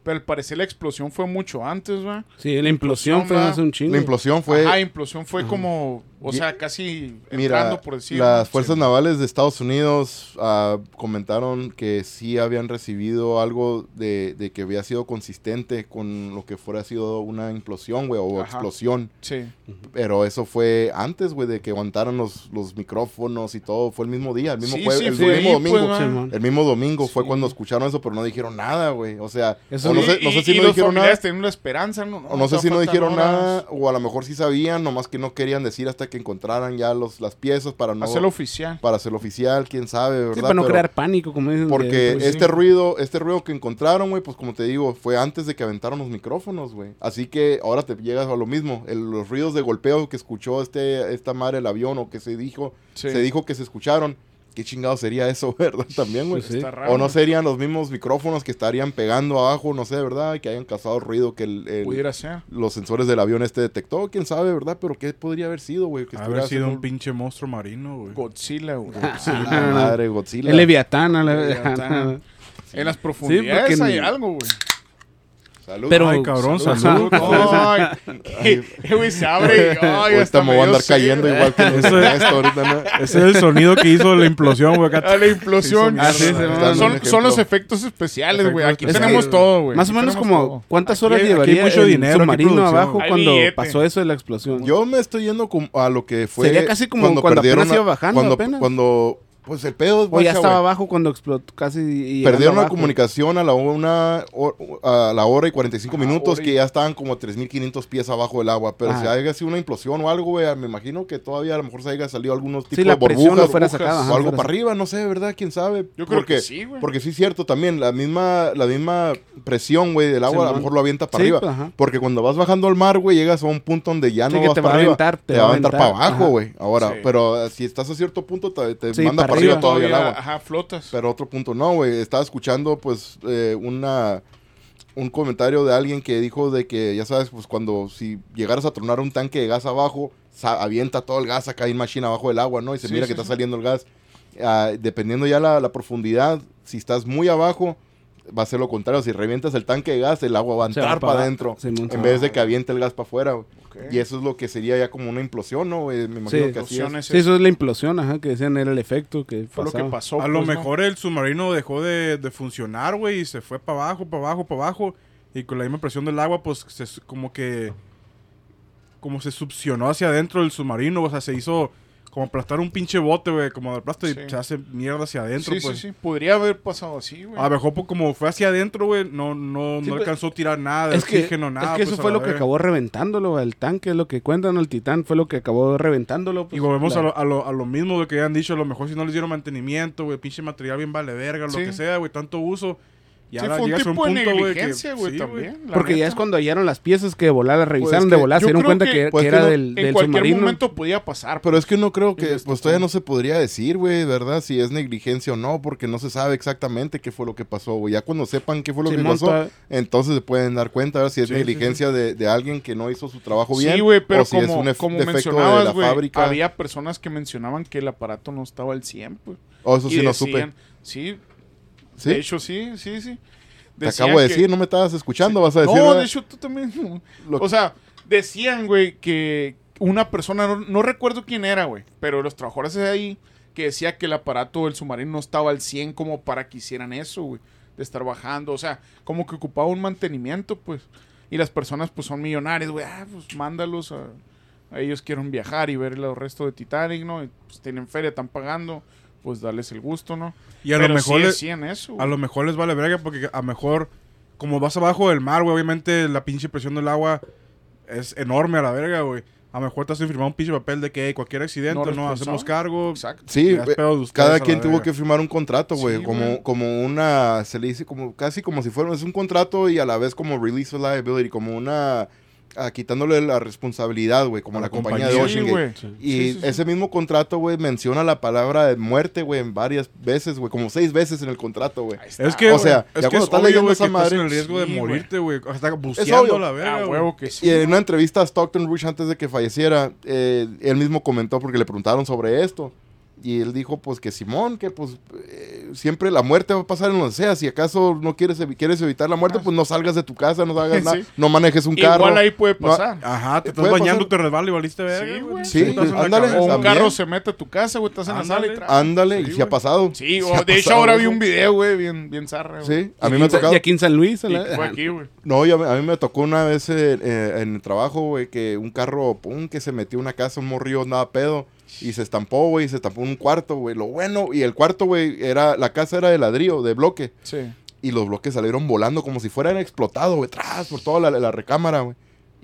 Pero al parecer la explosión fue mucho antes, ¿va? Sí, la implosión fue ¿va? hace un chingo. La implosión fue... Ajá, implosión fue como... O sea, casi Mira, entrando, por decirlo. las fuerzas Sí. navales de Estados Unidos comentaron que sí habían recibido algo de que había sido consistente con lo que fuera sido una implosión, güey, o Ajá. explosión. Sí. Pero eso fue antes, güey, de que aguantaran los micrófonos y todo. Fue el mismo día, el mismo Sí, jueves, sí, el fue mismo ahí, domingo. pues, Sí, man. man. El mismo domingo fue Sí. cuando escucharon eso, pero no dijeron nada, güey. O sea, Eso o no sí. sé, no sé si y no los dijeron nada. familiares tenían una esperanza, ¿no? O no sé si no faltan dijeron horas. nada, o a lo mejor sí sabían, nomás que no querían decir hasta que encontraran ya las piezas para no Hacerlo oficial. para hacerlo oficial, quién sabe, ¿verdad? Sí, para no Pero- crear pánico, como dicen. porque pues, este sí. ruido que encontraron, güey, pues como te digo, fue antes de que aventaron los micrófonos, güey. Así que ahora te llegas a lo mismo, los ruidos de golpeo que escuchó esta madre el avión o que se dijo que se escucharon. ¿Qué chingado sería eso, verdad? También, güey. Pues sí. Está raro. O no serían los mismos micrófonos que estarían pegando abajo, no sé, ¿verdad? Y que hayan causado ruido que Pudiera ser. los sensores del avión detectó, quién sabe, ¿verdad? Pero ¿qué podría haber sido, güey? Que Haber estuviera sido un haciendo pinche monstruo marino, güey. Godzilla, güey. la madre Godzilla. El Leviatán. Leviatán. En las profundidades porque hay en- algo, güey. Salud. Pero- Ay, cabrón, Salud. salud. Ay, güey, se abre. Ay, Ahorita hasta me voy a dio andar sed. cayendo igual que Eso es- esto ahorita, ¿no? Ese es el sonido que hizo la implosión, güey. acá. A la implosión. Ah, sí, se Son- me da un Son ejemplo. los efectos especiales, güey. Aquí Efectos tenemos especiales. todo, güey. Más o Aquí menos tenemos como, todo. ¿cuántas Aquí horas hay- aquí hay llevaría mucho el dinero, aquí submarino producción. abajo Hay cuando billete. pasó eso de la explosión? Yo me estoy yendo a lo que fue... Sería casi como cuando perdieron apenas iba bajando, apenas. Cuando, pues el pedo es... O ya guacha, estaba güey. abajo cuando explotó casi. Y Perdieron llegando la abajo. comunicación a la hora y 45 Ajá, minutos, hora y- que ya estaban como 3.500 pies abajo del agua. Pero Ajá. si haya sido una implosión o algo, güey, me imagino que todavía a lo mejor se haya salido algunos tipos Sí, de la presión burbujas lo fuera burbujas, sacado. ajá, o algo fuera para arriba, no sé, ¿verdad? ¿Quién sabe? Yo creo Porque- que sí, güey. Porque sí es cierto también, la misma presión, güey, del agua, a lo Simón. mejor lo avienta para Sí, arriba. pues, ajá. Porque cuando vas bajando al mar, güey, llegas a un punto donde ya Sí, no que vas te para va a arriba. aventar, te va a aventar para abajo, ajá. güey. Ahora, Sí. pero si estás a cierto punto, te Sí, manda para para arriba arriba. todavía el agua. Ajá, flotas. Pero otro punto no, güey. Estaba escuchando, pues, un comentario de alguien que dijo de que, ya sabes, pues, si llegaras a tronar un tanque de gas abajo, avienta todo el gas acá en machine abajo del agua, ¿no? Y se Sí, mira sí, que está sí. saliendo el gas. Dependiendo ya la profundidad, si estás muy abajo, va a ser lo contrario. Si revientas el tanque de gas, el agua va a Se va entrar para para abajo. adentro. Simón, En vez de que aviente el gas para afuera, güey. Ok. Y eso es lo que sería ya como una implosión, ¿no, güey? Me imagino Sí. que así Implosión es. es Sí, eso es la implosión, ajá, que decían era el efecto que Fue lo que pasaba. pasó. A lo pues, ¿no? mejor el submarino dejó de funcionar, güey, y se fue para abajo, para abajo, para abajo. Y con la misma presión del agua, pues, como se succionó hacia adentro del submarino, o sea, se hizo como aplastar un pinche bote, güey, como de plástico Sí. y se hace mierda hacia adentro, Sí, pues. sí, sí. Podría haber pasado así, güey. A lo mejor, pues, como fue hacia adentro, güey, no Sí, pues, alcanzó a tirar nada de Es que, oxígeno, nada. es que eso pues, a fue la lo que verga. acabó reventándolo, el tanque, es lo que cuentan, el Titán fue lo que acabó reventándolo. Pues, Y volvemos la- a lo mismo, güey, que ya han dicho, a lo mejor si no les dieron mantenimiento, güey, pinche material bien vale verga, lo Sí. que sea, güey, tanto uso. Ya Sí, fue un llegas a tipo de punto, güey, que- negligencia, güey, sí, también. la Porque ya neta. es cuando hallaron las piezas que de volada revisaron es de que volada, se yo dieron creo cuenta que- que pues era que no- del En cualquier submarino. momento podía pasar. Pero es que no creo que, Desde pues todavía no se podría decir, güey, ¿verdad? Si es negligencia o no, porque no se sabe exactamente qué fue lo que pasó, güey. Ya cuando sepan qué fue lo que Simón, pasó, toda- entonces se pueden dar cuenta, ¿verdad? Si es Sí, negligencia de alguien que no hizo su trabajo bien, Sí, güey, pero o si es como, un como defecto de mencionabas, la güey, fábrica. había personas que mencionaban que el aparato no estaba al 100, pues. O eso Y sí no decían- supe. Sí, ¿Sí? de hecho, sí. Te Decían acabo de que- decir, no me estabas escuchando, vas a decir. No, ¿verdad? de hecho, tú también. Lo- O sea, decían, güey, que una persona, no recuerdo quién era, güey, pero los trabajadores de ahí, que decía que el aparato del submarino no estaba al 100 como para que hicieran eso, güey, de estar bajando. O sea, como que ocupaba un mantenimiento, pues. Y las personas, pues, son millonarias, güey. Pues, mándalos a ellos quieren viajar y ver el resto de Titanic, ¿no? Y, pues, tienen feria, están pagando, pues, darles el gusto, ¿no? Y a Pero lo mejor sí les- decían eso, a güey. lo mejor les vale verga porque a lo mejor, como vas abajo del mar, güey, obviamente la pinche presión del agua es enorme a la verga, güey. A lo mejor te hacen firmar un pinche papel de que hey, cualquier accidente, No no, responsable. hacemos cargo. Exacto. Sí, Ya es pedo de ustedes a cada la quien tuvo verga. que firmar un contrato, güey, Sí, güey. como una, se le dice como, casi como si fuera, es un contrato y a la vez como release of liability, como una, quitándole la responsabilidad, güey, como A la la compañía de compañía. Sí, Ocean güey. Gate. Sí, Y sí, sí. ese mismo contrato, güey, menciona la palabra de muerte, güey, en varias veces, güey, como 6 veces en el contrato, güey. Ahí está, Es que, O sea, es ya que cuando es estás obvio, leyendo güey, esa que estás en madre, el riesgo de sí, güey. morirte, güey. Hasta obvio. buceando la verga, Ah, güey. huevo que sí. Y en una entrevista a Stockton Rush antes de que falleciera, él mismo comentó porque le preguntaron sobre esto. Y él dijo, pues, que Simón, que pues, siempre la muerte va a pasar en donde sea. Si acaso no quieres evitar la muerte, pues no salgas de tu casa, no hagas nada, no manejes un carro. Igual ahí puede pasar. Ajá, te estás puede bañando, pasar. te resbalas y valiste verga, Sí, güey. Sí, Putas en la ándale. cabeza. O un También. carro se mete a tu casa, güey, estás en la sala y trae. Ándale, Sí, y se ha güey. pasado. Sí, Se ha de hecho pasado ahora eso. vi un video, güey, bien zarra, güey. Sí, a mí me ha tocado. Y aquí en San Luis. Y fue aquí, güey. No, a mí me tocó una vez en el trabajo, güey, que un carro, que se metió en una casa, un morrillo, nada pedo, y se estampó, güey, se estampó en un cuarto, güey. Lo bueno, y el cuarto, güey, la casa era de ladrillo, de bloque, Sí. y los bloques salieron volando como si fueran explotados, güey, tras, por toda la recámara, güey.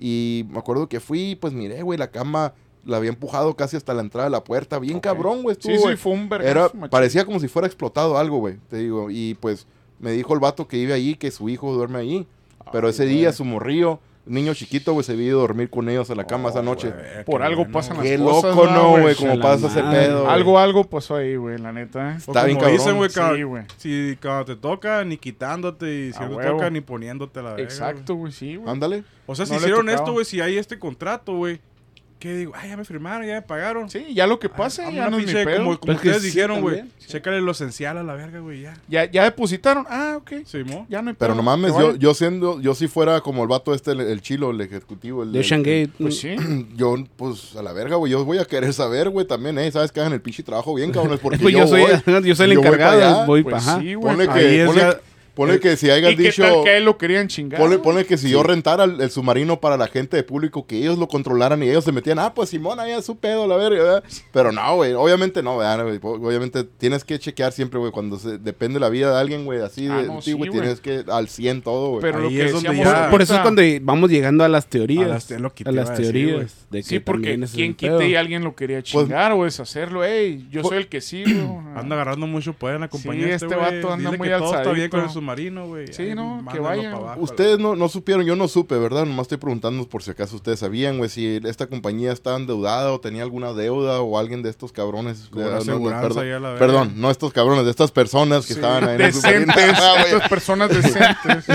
Y me acuerdo que fui, pues miré, güey, la cama la había empujado casi hasta la entrada de la puerta, bien cabrón, güey, estuvo, Sí, güey. fue un vergazo, machín. Parecía como si fuera explotado algo, güey, te digo, y pues me dijo el vato que vive allí, que su hijo duerme allí. Pero ese día su morrillo, niño chiquito, güey, se había ido a dormir con ellos en la cama esa noche. Por algo pasan las Qué cosas, loco, no, güey, Se como la pasa ese madre. pedo. güey. Algo pasó ahí, güey, la neta. O Está bien como dicen, cabrón. güey, Sí, güey. si cuando te toca, ni quitándote, y si A no te huevo. toca, ni poniéndote la verga. Exacto, güey, sí, güey. Ándale. O sea, si No le hicieron tocaba. esto, güey, si hay este contrato, güey, ¿qué digo? Ay, ya me firmaron, ya me pagaron. Sí, ya lo que pase, Hazme ya una no es mi pinche, pedo. como Pues que ustedes sí, dijeron, güey, también. chécale lo esencial a la verga, güey, ya. Ya depositaron. Ah, ok. Sí, mo. Ya no hay Pero pedo. no mames, Que vaya. yo si fuera como el vato este, el chilo, el ejecutivo, el De Ocean Gate. Pues sí. yo, pues, a la verga, güey, yo voy a querer saber, güey, también, ¿sabes? Que hagan el pinche trabajo bien, cabrón, porque Pues yo yo soy el yo voy encargado. para allá. Voy Pues para sí, güey. Ponle Ahí es ya- ponle que si hayan ¿Y qué dicho... tal que a él lo querían chingar? Ponle que si yo rentara el submarino para la gente de público, que ellos lo controlaran y ellos se metían, pues Simón, ahí es su pedo, la verga, ¿verdad? Pero no, güey, obviamente no, ¿verdad, güey? Obviamente tienes que chequear siempre, güey, cuando depende la vida de alguien, güey, así de no, ti, güey, sí, tienes que al 100 todo, güey. Pero lo Ahí que es donde decíamos ya- Por eso es ahorita- cuando vamos llegando a las teorías. A las- es lo que te a iba las a decir, teorías. De que Sí, porque también ese es quien el pedo. quite y alguien lo quería chingar o deshacerlo. Ey, yo soy el que sí, güey. Anda agarrando mucho poder en la compañía. este güey. vato anda Dile muy que todo está bien alzadito. con el submarino, güey. Sí, Ahí, no, que mándalo vaya. pa' abajo, Ustedes no supieron, yo no supe, ¿verdad? Nomás estoy preguntando por si acaso ustedes sabían, güey, si esta compañía estaba endeudada o tenía alguna deuda o alguien de estos cabrones. Con una no, aseguranza perdón, ahí a la verga. perdón, no estos cabrones, de estas personas que Sí. estaban ahí en el submarino. Decentes. Ah, güey. Estas personas decentes.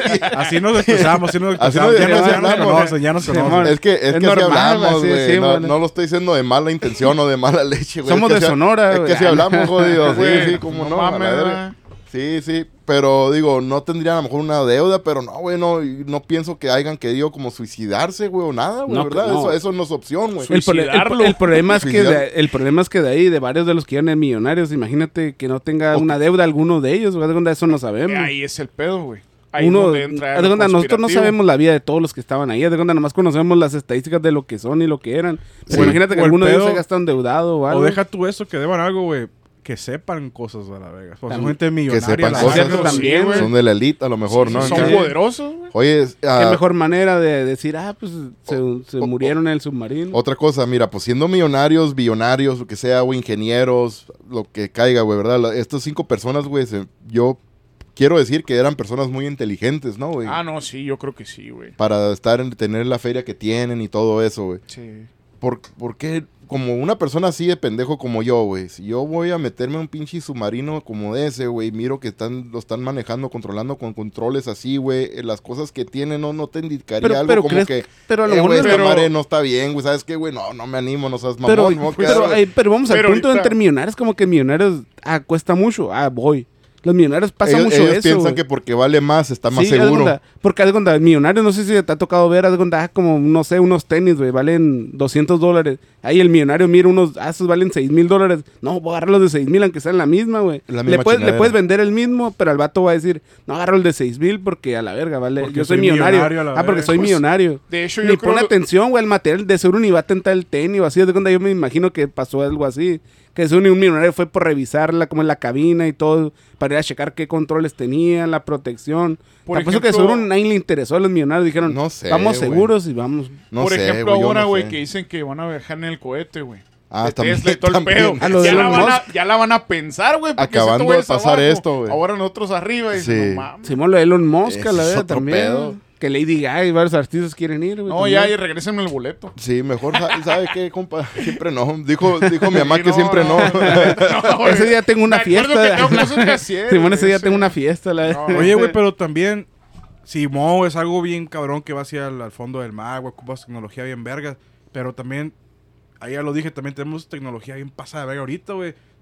Así nos expresamos, así nos Así expresamos. nos Ya nos hablamos, conocen, ya nos Sí, conocen. mon. Es que Es así normal, hablamos, así güey. decimos, No lo estoy diciendo de mala intención o de mala leche, güey. Somos Es que de así- Sonora, Es güey. que si hablamos, jodido. Sí, Güey, sí, como no no. a la mames, verga. ¿verdad? Sí, pero digo, no tendrían a lo mejor una deuda, pero no, güey, no pienso que hayan querido como suicidarse, güey, o nada, güey, No, ¿verdad? no. Eso no es opción, güey. Suicidarlo. El problema es que Suicidar. el problema es que de ahí, de varios de los que eran millonarios, imagínate que no tenga Ok. una deuda alguno de ellos, güey, de dónde eso no sabemos. Ahí es el pedo, güey. Ahí Uno, es donde entra haz de lo cuenta, nosotros no conspirativo. sabemos la vida de todos los que estaban ahí, haz de cuenta, nomás conocemos las estadísticas de lo que son y lo que eran. Pero Sí. imagínate que O el alguno de ellos pedo- se gasta endeudado o algo. O deja tú eso, que deban algo, güey. Que sepan cosas a la verga. O sea, son También. gente millonaria. sepan la cosas. verga. Cierto, también, Sí, güey. Son de la elite, a lo mejor, ¿no? Son Entonces, poderosos, güey. Oye, Qué mejor manera de decir, pues se murieron en el submarino. otra cosa, mira, pues siendo millonarios, billonarios, lo que sea, güey, ingenieros, lo que caiga, güey, ¿verdad? Estas 5 personas, güey, yo quiero decir que eran personas muy inteligentes, ¿no, güey? Ah, no, sí, yo creo que sí, güey. Para tener la feria que tienen y todo eso, güey. Sí. ¿Por qué? Como una persona así de pendejo como yo, güey. Si yo voy a meterme a un pinche submarino como ese, güey, miro que lo están manejando, controlando con controles así, güey. Las cosas que tienen no te indicaría algo como crees- que... pero a lo güey, mejor esta pero- madre no está bien, güey. ¿Sabes qué, güey? No me animo, no seas mamón. pero, me voy a pero, quedar, güey. pero vamos al Pero punto de ahorita- entre millonarios, como que millonarios, cuesta mucho, voy. Los millonarios pasa ellos, mucho ellos eso. piensan güey. que porque vale más está más Sí, haz de seguro. cuenta, porque haz de cuenta, millonarios, no sé si te ha tocado ver, haz de cuenta, como, no sé, unos tenis, güey, valen $200. Ahí el millonario mira esos valen $6,000. No, voy a agarrar los de 6,000 aunque sean la misma, güey. La Le misma puedes chingadera. vender el mismo, pero al vato va a decir, no agarro el de 6,000 porque a la verga, vale. Porque Yo soy soy millonario. millonario a la Porque verga. soy Pues, millonario. De hecho, Ni yo creo... pone atención, güey, el material de seguro ni va a tentar el tenis o así. Haz de cuenta, yo me imagino que pasó algo así. Que de seguro un millonario fue por revisarla, como en la cabina y todo, para ir a checar qué controles tenían, la protección. Por Por eso que ejemplo- seguro nadie le interesó a los millonarios. Dijeron, No sé, vamos güey. seguros y vamos. No Por sé, ejemplo, güey, yo ahora, no güey, sé. que dicen que van a viajar en el cohete, güey. Ah, De también, Tesla y todo el también. pedo. A lo de Ya la, Elon van a, Musk. ya la van a pensar, güey. porque Acabando si tú de ves pasar abajo, esto, güey. Ahora nosotros arriba. Y Sí. no mames. Simón, lo de Elon Musk, Ese a la es verga otro también. pedo. Que Lady Gaga y varios artistas quieren ir, güey. No, también. ya, y regrésenme el boleto. Sí, mejor, ¿sabe qué, compa? Siempre no. Dijo mi mamá Sí, que siempre no. No, güey. Ese día tengo una Me acuerdo fiesta. que tengo cosas que hacer, Simón, güey, ese día sí. tengo una fiesta, la No, verga. Oye, güey, pero también, si Mo es algo bien cabrón que va hacia al fondo del mar, güey, ocupas tecnología bien verga, pero también, ahí ya lo dije, también tenemos tecnología bien pasada de verga ahorita, güey.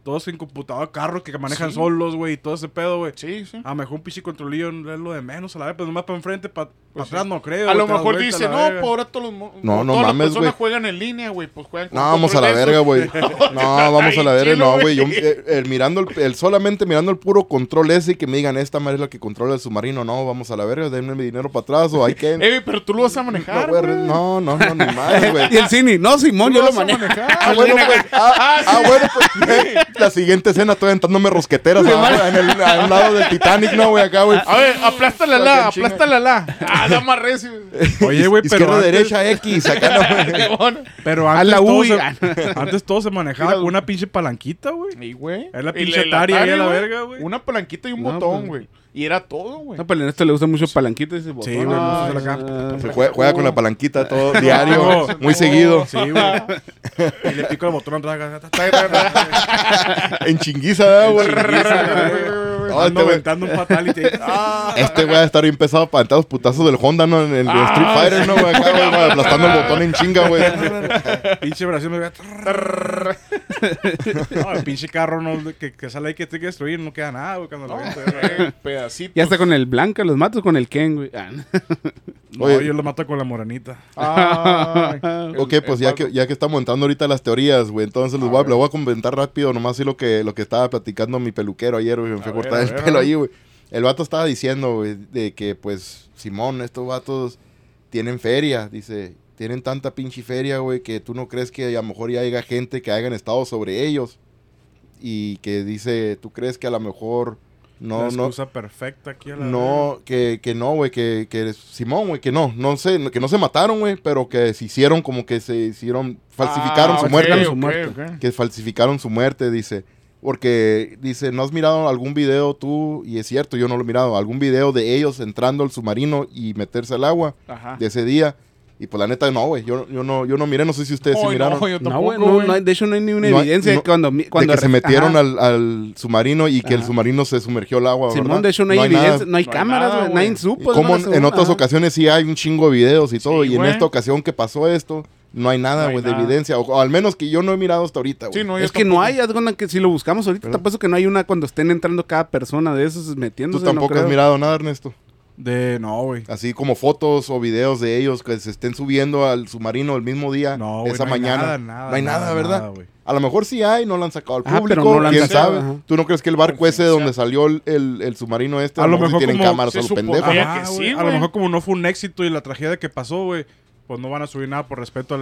todos en computadora, carros que manejan solos, güey, y todo ese pedo, güey. Sí. A lo mejor un pinche controlillo es lo de menos, a la vez, pero nomás para enfrente, para atrás no creo. A lo te das mejor vuelta, dice, la no, verga. pues ahora todas No las mames, personas güey. juegan en línea, güey, pues juegan con No, vamos a la control de verga, esos. güey. No, vamos a la verga. Chilo, No, güey. Yo, güey. mirando solamente mirando el puro control ese y que me digan, esta madre es la que controla el submarino. No, vamos a la verga. Denme mi dinero para atrás o hay que... Pero tú lo vas a manejar, No, güey. güey, no, ni madre, güey. Y el cine, no, Simón, yo lo vas a manejo. manejar. Ah, bueno, pues. Bueno, pues. La siguiente escena estoy aventándome rosqueteras a un lado del Titanic, no, güey, acá, güey. A ver, aplástala la. Da más recio. Oye, güey, pero Izquierda, antes, derecha, X, acá no. pero A antes, la todo UI. antes todo se manejaba con una pinche palanquita, güey. Sí, güey. Es la Y pinche el Atari ahí a la güey, verga, güey. Una palanquita y un No, botón, pues. güey. Y era todo, güey. No, pero en esto le gusta mucho palanquita ese botón. Sí, güey, no se la Se juega con la palanquita todo diario, muy seguido. Sí, güey. Y le pico el botón. En chinguiza, güey. No, Ando aventando un fatality. Este güey va a estar bien pesado para aventar los putazos del Honda, ¿no? En el Street Fighter, ¿no? Güey, acá, güey, aplastando el botón en chinga, güey. Pinche Brasil me ve. No, el pinche carro que sale ahí que tiene que destruir, no queda nada, güey, cuando lo aviento. Pedacito. Ya está con el Blanca, los matos con el Ken, güey. No, Oye. yo lo mato con la moranita. Ok, pues ya que estamos entrando ahorita a las teorías, güey, entonces les voy a comentar rápido nomás así lo que estaba platicando mi peluquero ayer, güey, me fue a cortar el pelo ahí, güey. El vato estaba diciendo, güey, de que, pues, Simón, estos vatos tienen feria, dice, tienen tanta pinche feria, güey, que tú no crees que a lo mejor ya haya gente que hayan estado sobre ellos y que dice, tú crees que a lo mejor La no excusa perfecta aquí a la no, que no, güey, que Simón, güey, que no sé, que no se mataron, güey, pero que se hicieron como que se hicieron, falsificaron su muerte, que falsificaron su muerte, dice, porque dice, ¿no has mirado algún video tú? Y es cierto, yo no lo he mirado, algún video de ellos entrando al submarino y meterse al agua de ese día. Y pues la neta, no, güey, yo no miré, no sé si ustedes sí miraron. No, yo No, tampoco, güey, no hay- de hecho no hay ni una No hay- evidencia de no- cuando de que se metieron al submarino y que el submarino se sumergió al agua, Simón, ¿verdad? de hecho no hay nada. evidencia, no hay No hay cámaras, nada, güey, güey. nadie supo. Como es en otras ajá. ocasiones sí hay un chingo de videos y todo, Sí, y en güey. esta ocasión que pasó esto, no hay nada, No hay güey, de nada. evidencia, o al menos que yo no he mirado hasta ahorita, güey. Sí, no, yo Es que no tampoco. hay, haz cuenta que si lo buscamos ahorita, te apuesto que no hay una cuando estén entrando cada persona de esos Tú metiéndose. tampoco no has creo. mirado nada, Ernesto. No, güey. Así como fotos o videos de ellos que se estén subiendo al submarino el mismo día, No, güey, esa no hay mañana. nada, no hay nada, ¿verdad? nada, güey. A lo mejor sí hay, no lo han sacado al Ajá, público, pero no lo han quién sacado, sabe. ajá. ¿Tú no crees que el barco ese donde salió el submarino este, A lo sí mejor tienen como cámaras se a los suponía pendejos? que Ajá, sí, güey. A güey. lo mejor como no fue un éxito y la tragedia que pasó, güey, pues no van a subir nada por respeto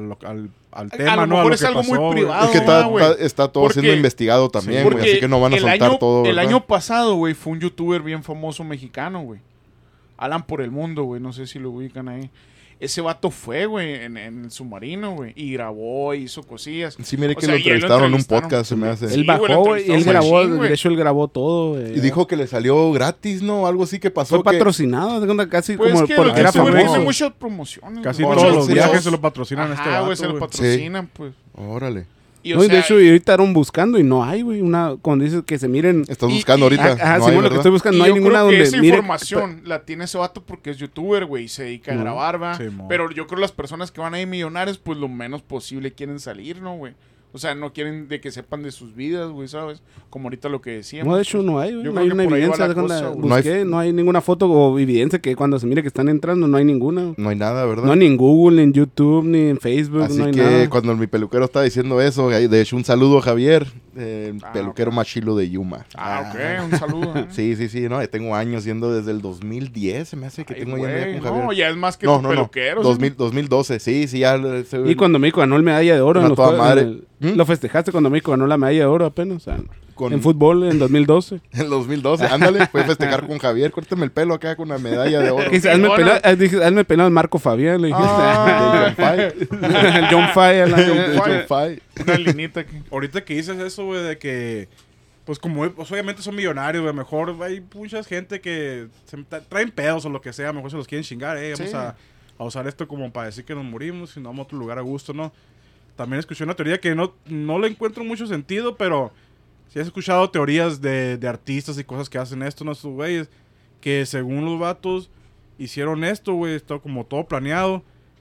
al tema, lo ¿no? mejor lo es que algo muy pasó, güey. privado. Es que güey. está todo Porque- siendo investigado también, Sí, güey, así que no van a soltar todo, El ¿verdad? año pasado, güey, fue un youtuber bien famoso mexicano, güey. Alan por el mundo, güey, no sé si lo ubican ahí. Ese vato fue, güey, en el submarino, güey, y grabó, hizo cosillas. Sí, mire O que sea, lo y él lo entrevistaron en un entrevistaron. podcast, se me hace. Él Sí, güey, bajó, lo güey, y él entrevistó grabó, machín, güey. de hecho él grabó todo, güey. Y dijo que le salió gratis, ¿no? Algo así que pasó. Fue patrocinado, haz de cuenta, casi Pues como que porque era ese güey famoso. tiene muchas promociones. Casi güey. Muchos todos los sí, viajes todos. se lo patrocinan a este Ajá, vato, güey, se lo güey. patrocinan, pues. Órale. Y, No, y de hecho, y ahorita estaban buscando y no hay, güey, una, cuando dices que se miren. Estás Y- buscando y- ahorita. Ajá, no Simón, hay, lo que ¿verdad? estoy buscando, no hay yo ninguna creo que donde esa mire. información la tiene ese vato porque es youtuber, güey, y se dedica a No. grabar, va. Sí, mo. Pero yo creo que las personas que van ahí millonarios, pues lo menos posible quieren salir, ¿no, güey? O sea, no quieren de que sepan de sus vidas, güey, ¿sabes? Como ahorita lo que decíamos. No, de hecho no hay, güey, Yo no creo hay que una por ahí va evidencia. la haz de cosa, cuenta, güey. busqué, no hay ninguna foto o evidencia que cuando se mire que están entrando, no hay ninguna. güey. No hay nada, ¿verdad? No, ni en Google, ni en YouTube, ni en Facebook, Así no hay que nada. cuando mi peluquero está diciendo eso, de hecho un saludo a Javier, el Ah, peluquero más chilo de Yuma. Ah, ok, un saludo. ¿eh? Sí, no, tengo años siendo desde el 2010, se me hace que Ay, tengo güey, ya con Javier. no, ya es más que No, tu no, peluquero. 2012, sí, ya. Y cuando México ganó el medalla de oro, Una en los toda juegos, madre. en el- lo festejaste cuando México ganó la medalla de oro apenas, o sea, Con- en fútbol en 2012. En el 2012, ándale, fue a festejar con Javier, córtame el pelo acá con la medalla de oro. Que dice, hazme el pelado al Marco Fabián, le dijiste. Ah, del John Fay. el John Fay. Del John Fay. Una linita aquí. Ahorita que dices eso, güey, de que... Pues como pues, obviamente son millonarios, güey. Mejor hay mucha gente que traen pedos o lo que sea. Mejor se los quieren chingar, Vamos Sí. a usar esto como para decir que nos morimos y nos vamos a otro lugar a gusto, ¿no? También escuché una teoría que no le encuentro mucho sentido, pero... Si has escuchado teorías de artistas y cosas que hacen esto, ¿no? Estos güeyes, que según los vatos hicieron esto, güey, está como todo planeado,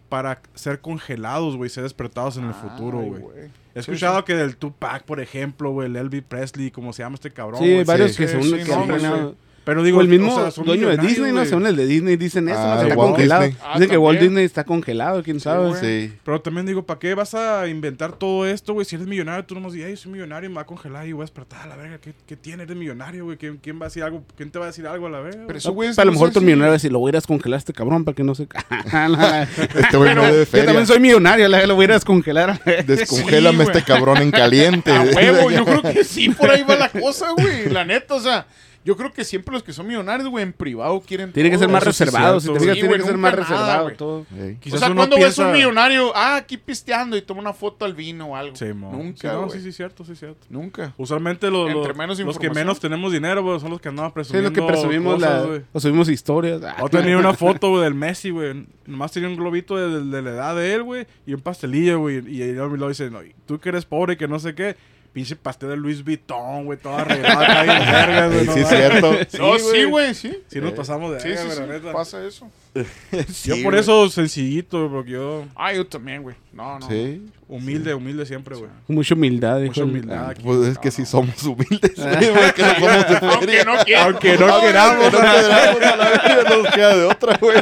para ser congelados, güey, ser despertados en el futuro, Ay, güey. güey. He escuchado que del Tupac, por ejemplo, güey, el Elvis Presley, como se llama este cabrón, Sí, güey. varios sí, que son... sí, que no, han güey. planeado. Pero digo, O el mismo o sea, son dueño de millonarios, Disney, ¿no? güey. Según el de Disney, dicen eso, no está Walt congelado. Disney. Dicen que Walt también. Disney está congelado, quién sabe. güey. Sí. Pero también digo, ¿para qué vas a inventar todo esto, güey? Si eres millonario, tú nomás dices, hey, soy millonario y me va a congelar y voy a despertar a la verga. ¿Qué tiene? Eres millonario, güey. ¿Quién va a decir algo? ¿Quién te va a decir algo a la verga? Pero eso, güey, A lo mejor no tu sé millonario va a decir, lo voy a ir a descongelar a este cabrón para que no se... Este güey no debe Yo feria. también soy millonario, lo voy a ir a descongelar. Descongélame Sí, este cabrón en caliente. A huevo, yo creo que sí, por ahí va la cosa, güey. La neta, o sea, yo creo que siempre los que son millonarios, güey, en privado quieren Tiene que todo. ser más Eso sí es reservado. Si cierto, te fijas, sí, tiene güey, que ser nunca más nada, reservado güey. todo. Ey. O Quizás sea, uno cuando ves piensa... un millonario, aquí pisteando y toma una foto al vino o algo. Sí, mo. Nunca, Sí, no, güey. sí, cierto, sí, cierto. Nunca. Usualmente Entre menos los que información. menos tenemos dinero, güey, son los que andaban Sí, presumiendo lo que presumimos, cosas, güey. o subimos historias. O tenía una foto, güey, del Messi, güey. Nomás tenía un globito de la edad de él, güey. Y un pastelillo, güey. Y él lo dice, no, tú que eres pobre, que no sé qué. Pinche pastel de Louis Vuitton, güey. Toda arreglada, acá bien verga, güey. Sí, es cierto. No, sí, güey, sí. Sí nos pasamos de Sí, verga, sí, güey, sí. la neta. Pasa eso. Sí, Yo por güey. eso sencillito, güey, porque yo Ah, yo también, güey. No, no. Sí. humilde siempre, güey. Mucha humildad. dijo Mucha el- humildad aquí. Pues es que sí somos humildes, güey, porque no somos de Aunque feria. no quieran. Aunque no Aunque queramos. no queramos, a la verga, no nos queda de otra, güey.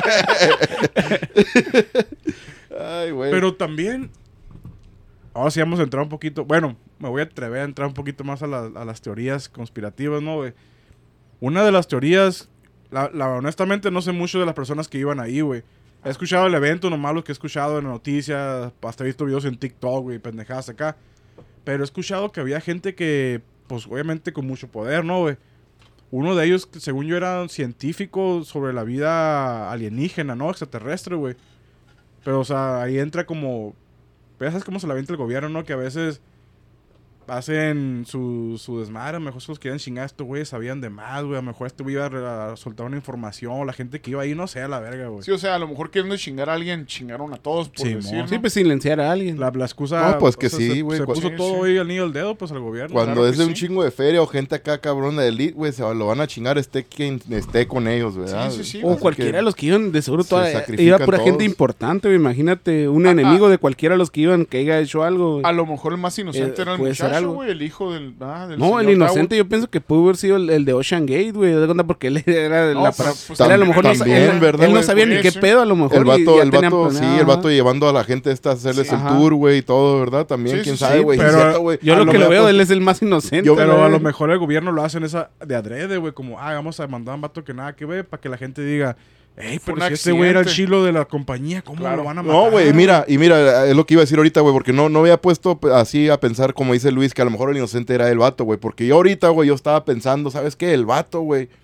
Ay, güey. Pero también, ahora sí vamos a entrar un poquito, bueno, me voy a atrever a entrar un poquito más a las teorías conspirativas, ¿no, güey? Una de las teorías, honestamente no sé mucho de las personas que iban ahí, güey. He escuchado el evento, nomás lo que he escuchado en las noticias, hasta he visto videos en TikTok, güey, pendejadas acá. Pero he escuchado que había gente que, pues obviamente con mucho poder, ¿no, güey? Uno de ellos, según yo, era un científico sobre la vida alienígena, ¿no? Extraterrestre, güey. Pero, o sea, ahí entra como... Ya sabes cómo se la avienta el gobierno, ¿no? Que a veces hacen su desmadre. A lo mejor se los quieren chingar a estos güeyes, sabían de más, güey. A lo mejor este güey iba a soltar una información. La gente que iba ahí, no sé, a la verga, güey. Sí, o sea, a lo mejor queriendo chingar a alguien, chingaron a todos, por Sí, decir, mo. ¿no? Sí, pues silenciar a alguien. La excusa... No, pues que o sea, sí, güey. Se puso Sí, todo sí. ahí al niño del dedo, pues, al gobierno. Cuando claro es que de un sí. chingo de feria o gente acá cabrón de elite, güey, se lo van a chingar esté quien esté con ellos, ¿verdad? Sí, sí, sí. O Así cualquiera que- de los que iban, de seguro se toda, sacrifican iba pura gente todos. importante, güey. Imagínate un enemigo de cualquiera de los que iban que haya hecho algo. A lo mejor el más inocente era el puede ser muchacho, algo. güey, el hijo del del No, el señor inocente Dawood. yo pienso que pudo haber sido el de Ocean Gate, güey. ¿De cuenta? Porque él era No, la... pero, pues, él a lo mejor no, también, él, ¿verdad, él no güey? sabía ni Por qué eso. pedo, a lo mejor. El y vato, ya el tenían vato, sí, planeado, el vato ajá. llevando a la gente esta a hacerles Sí. el Ajá. tour, güey, y todo, ¿verdad? También, Sí, quién sí, sabe, sí, güey. pero- sí, cierto, güey. Yo A lo que lo mejor, veo, pues, él es el más inocente. yo- Pero a güey. lo mejor el gobierno lo hacen esa de adrede, güey. Como, vamos a mandar a un vato que nada que ver para que la gente diga, hey, Fue pero un si este güey era el accidente. chilo de la compañía, ¿cómo Claro. lo van a matar? No, güey, y mira, es lo que iba a decir ahorita, güey, porque no había puesto así a pensar, como dice Luis, que a lo mejor el inocente era el vato, güey, porque yo ahorita, güey, yo estaba pensando, ¿sabes qué? El vato,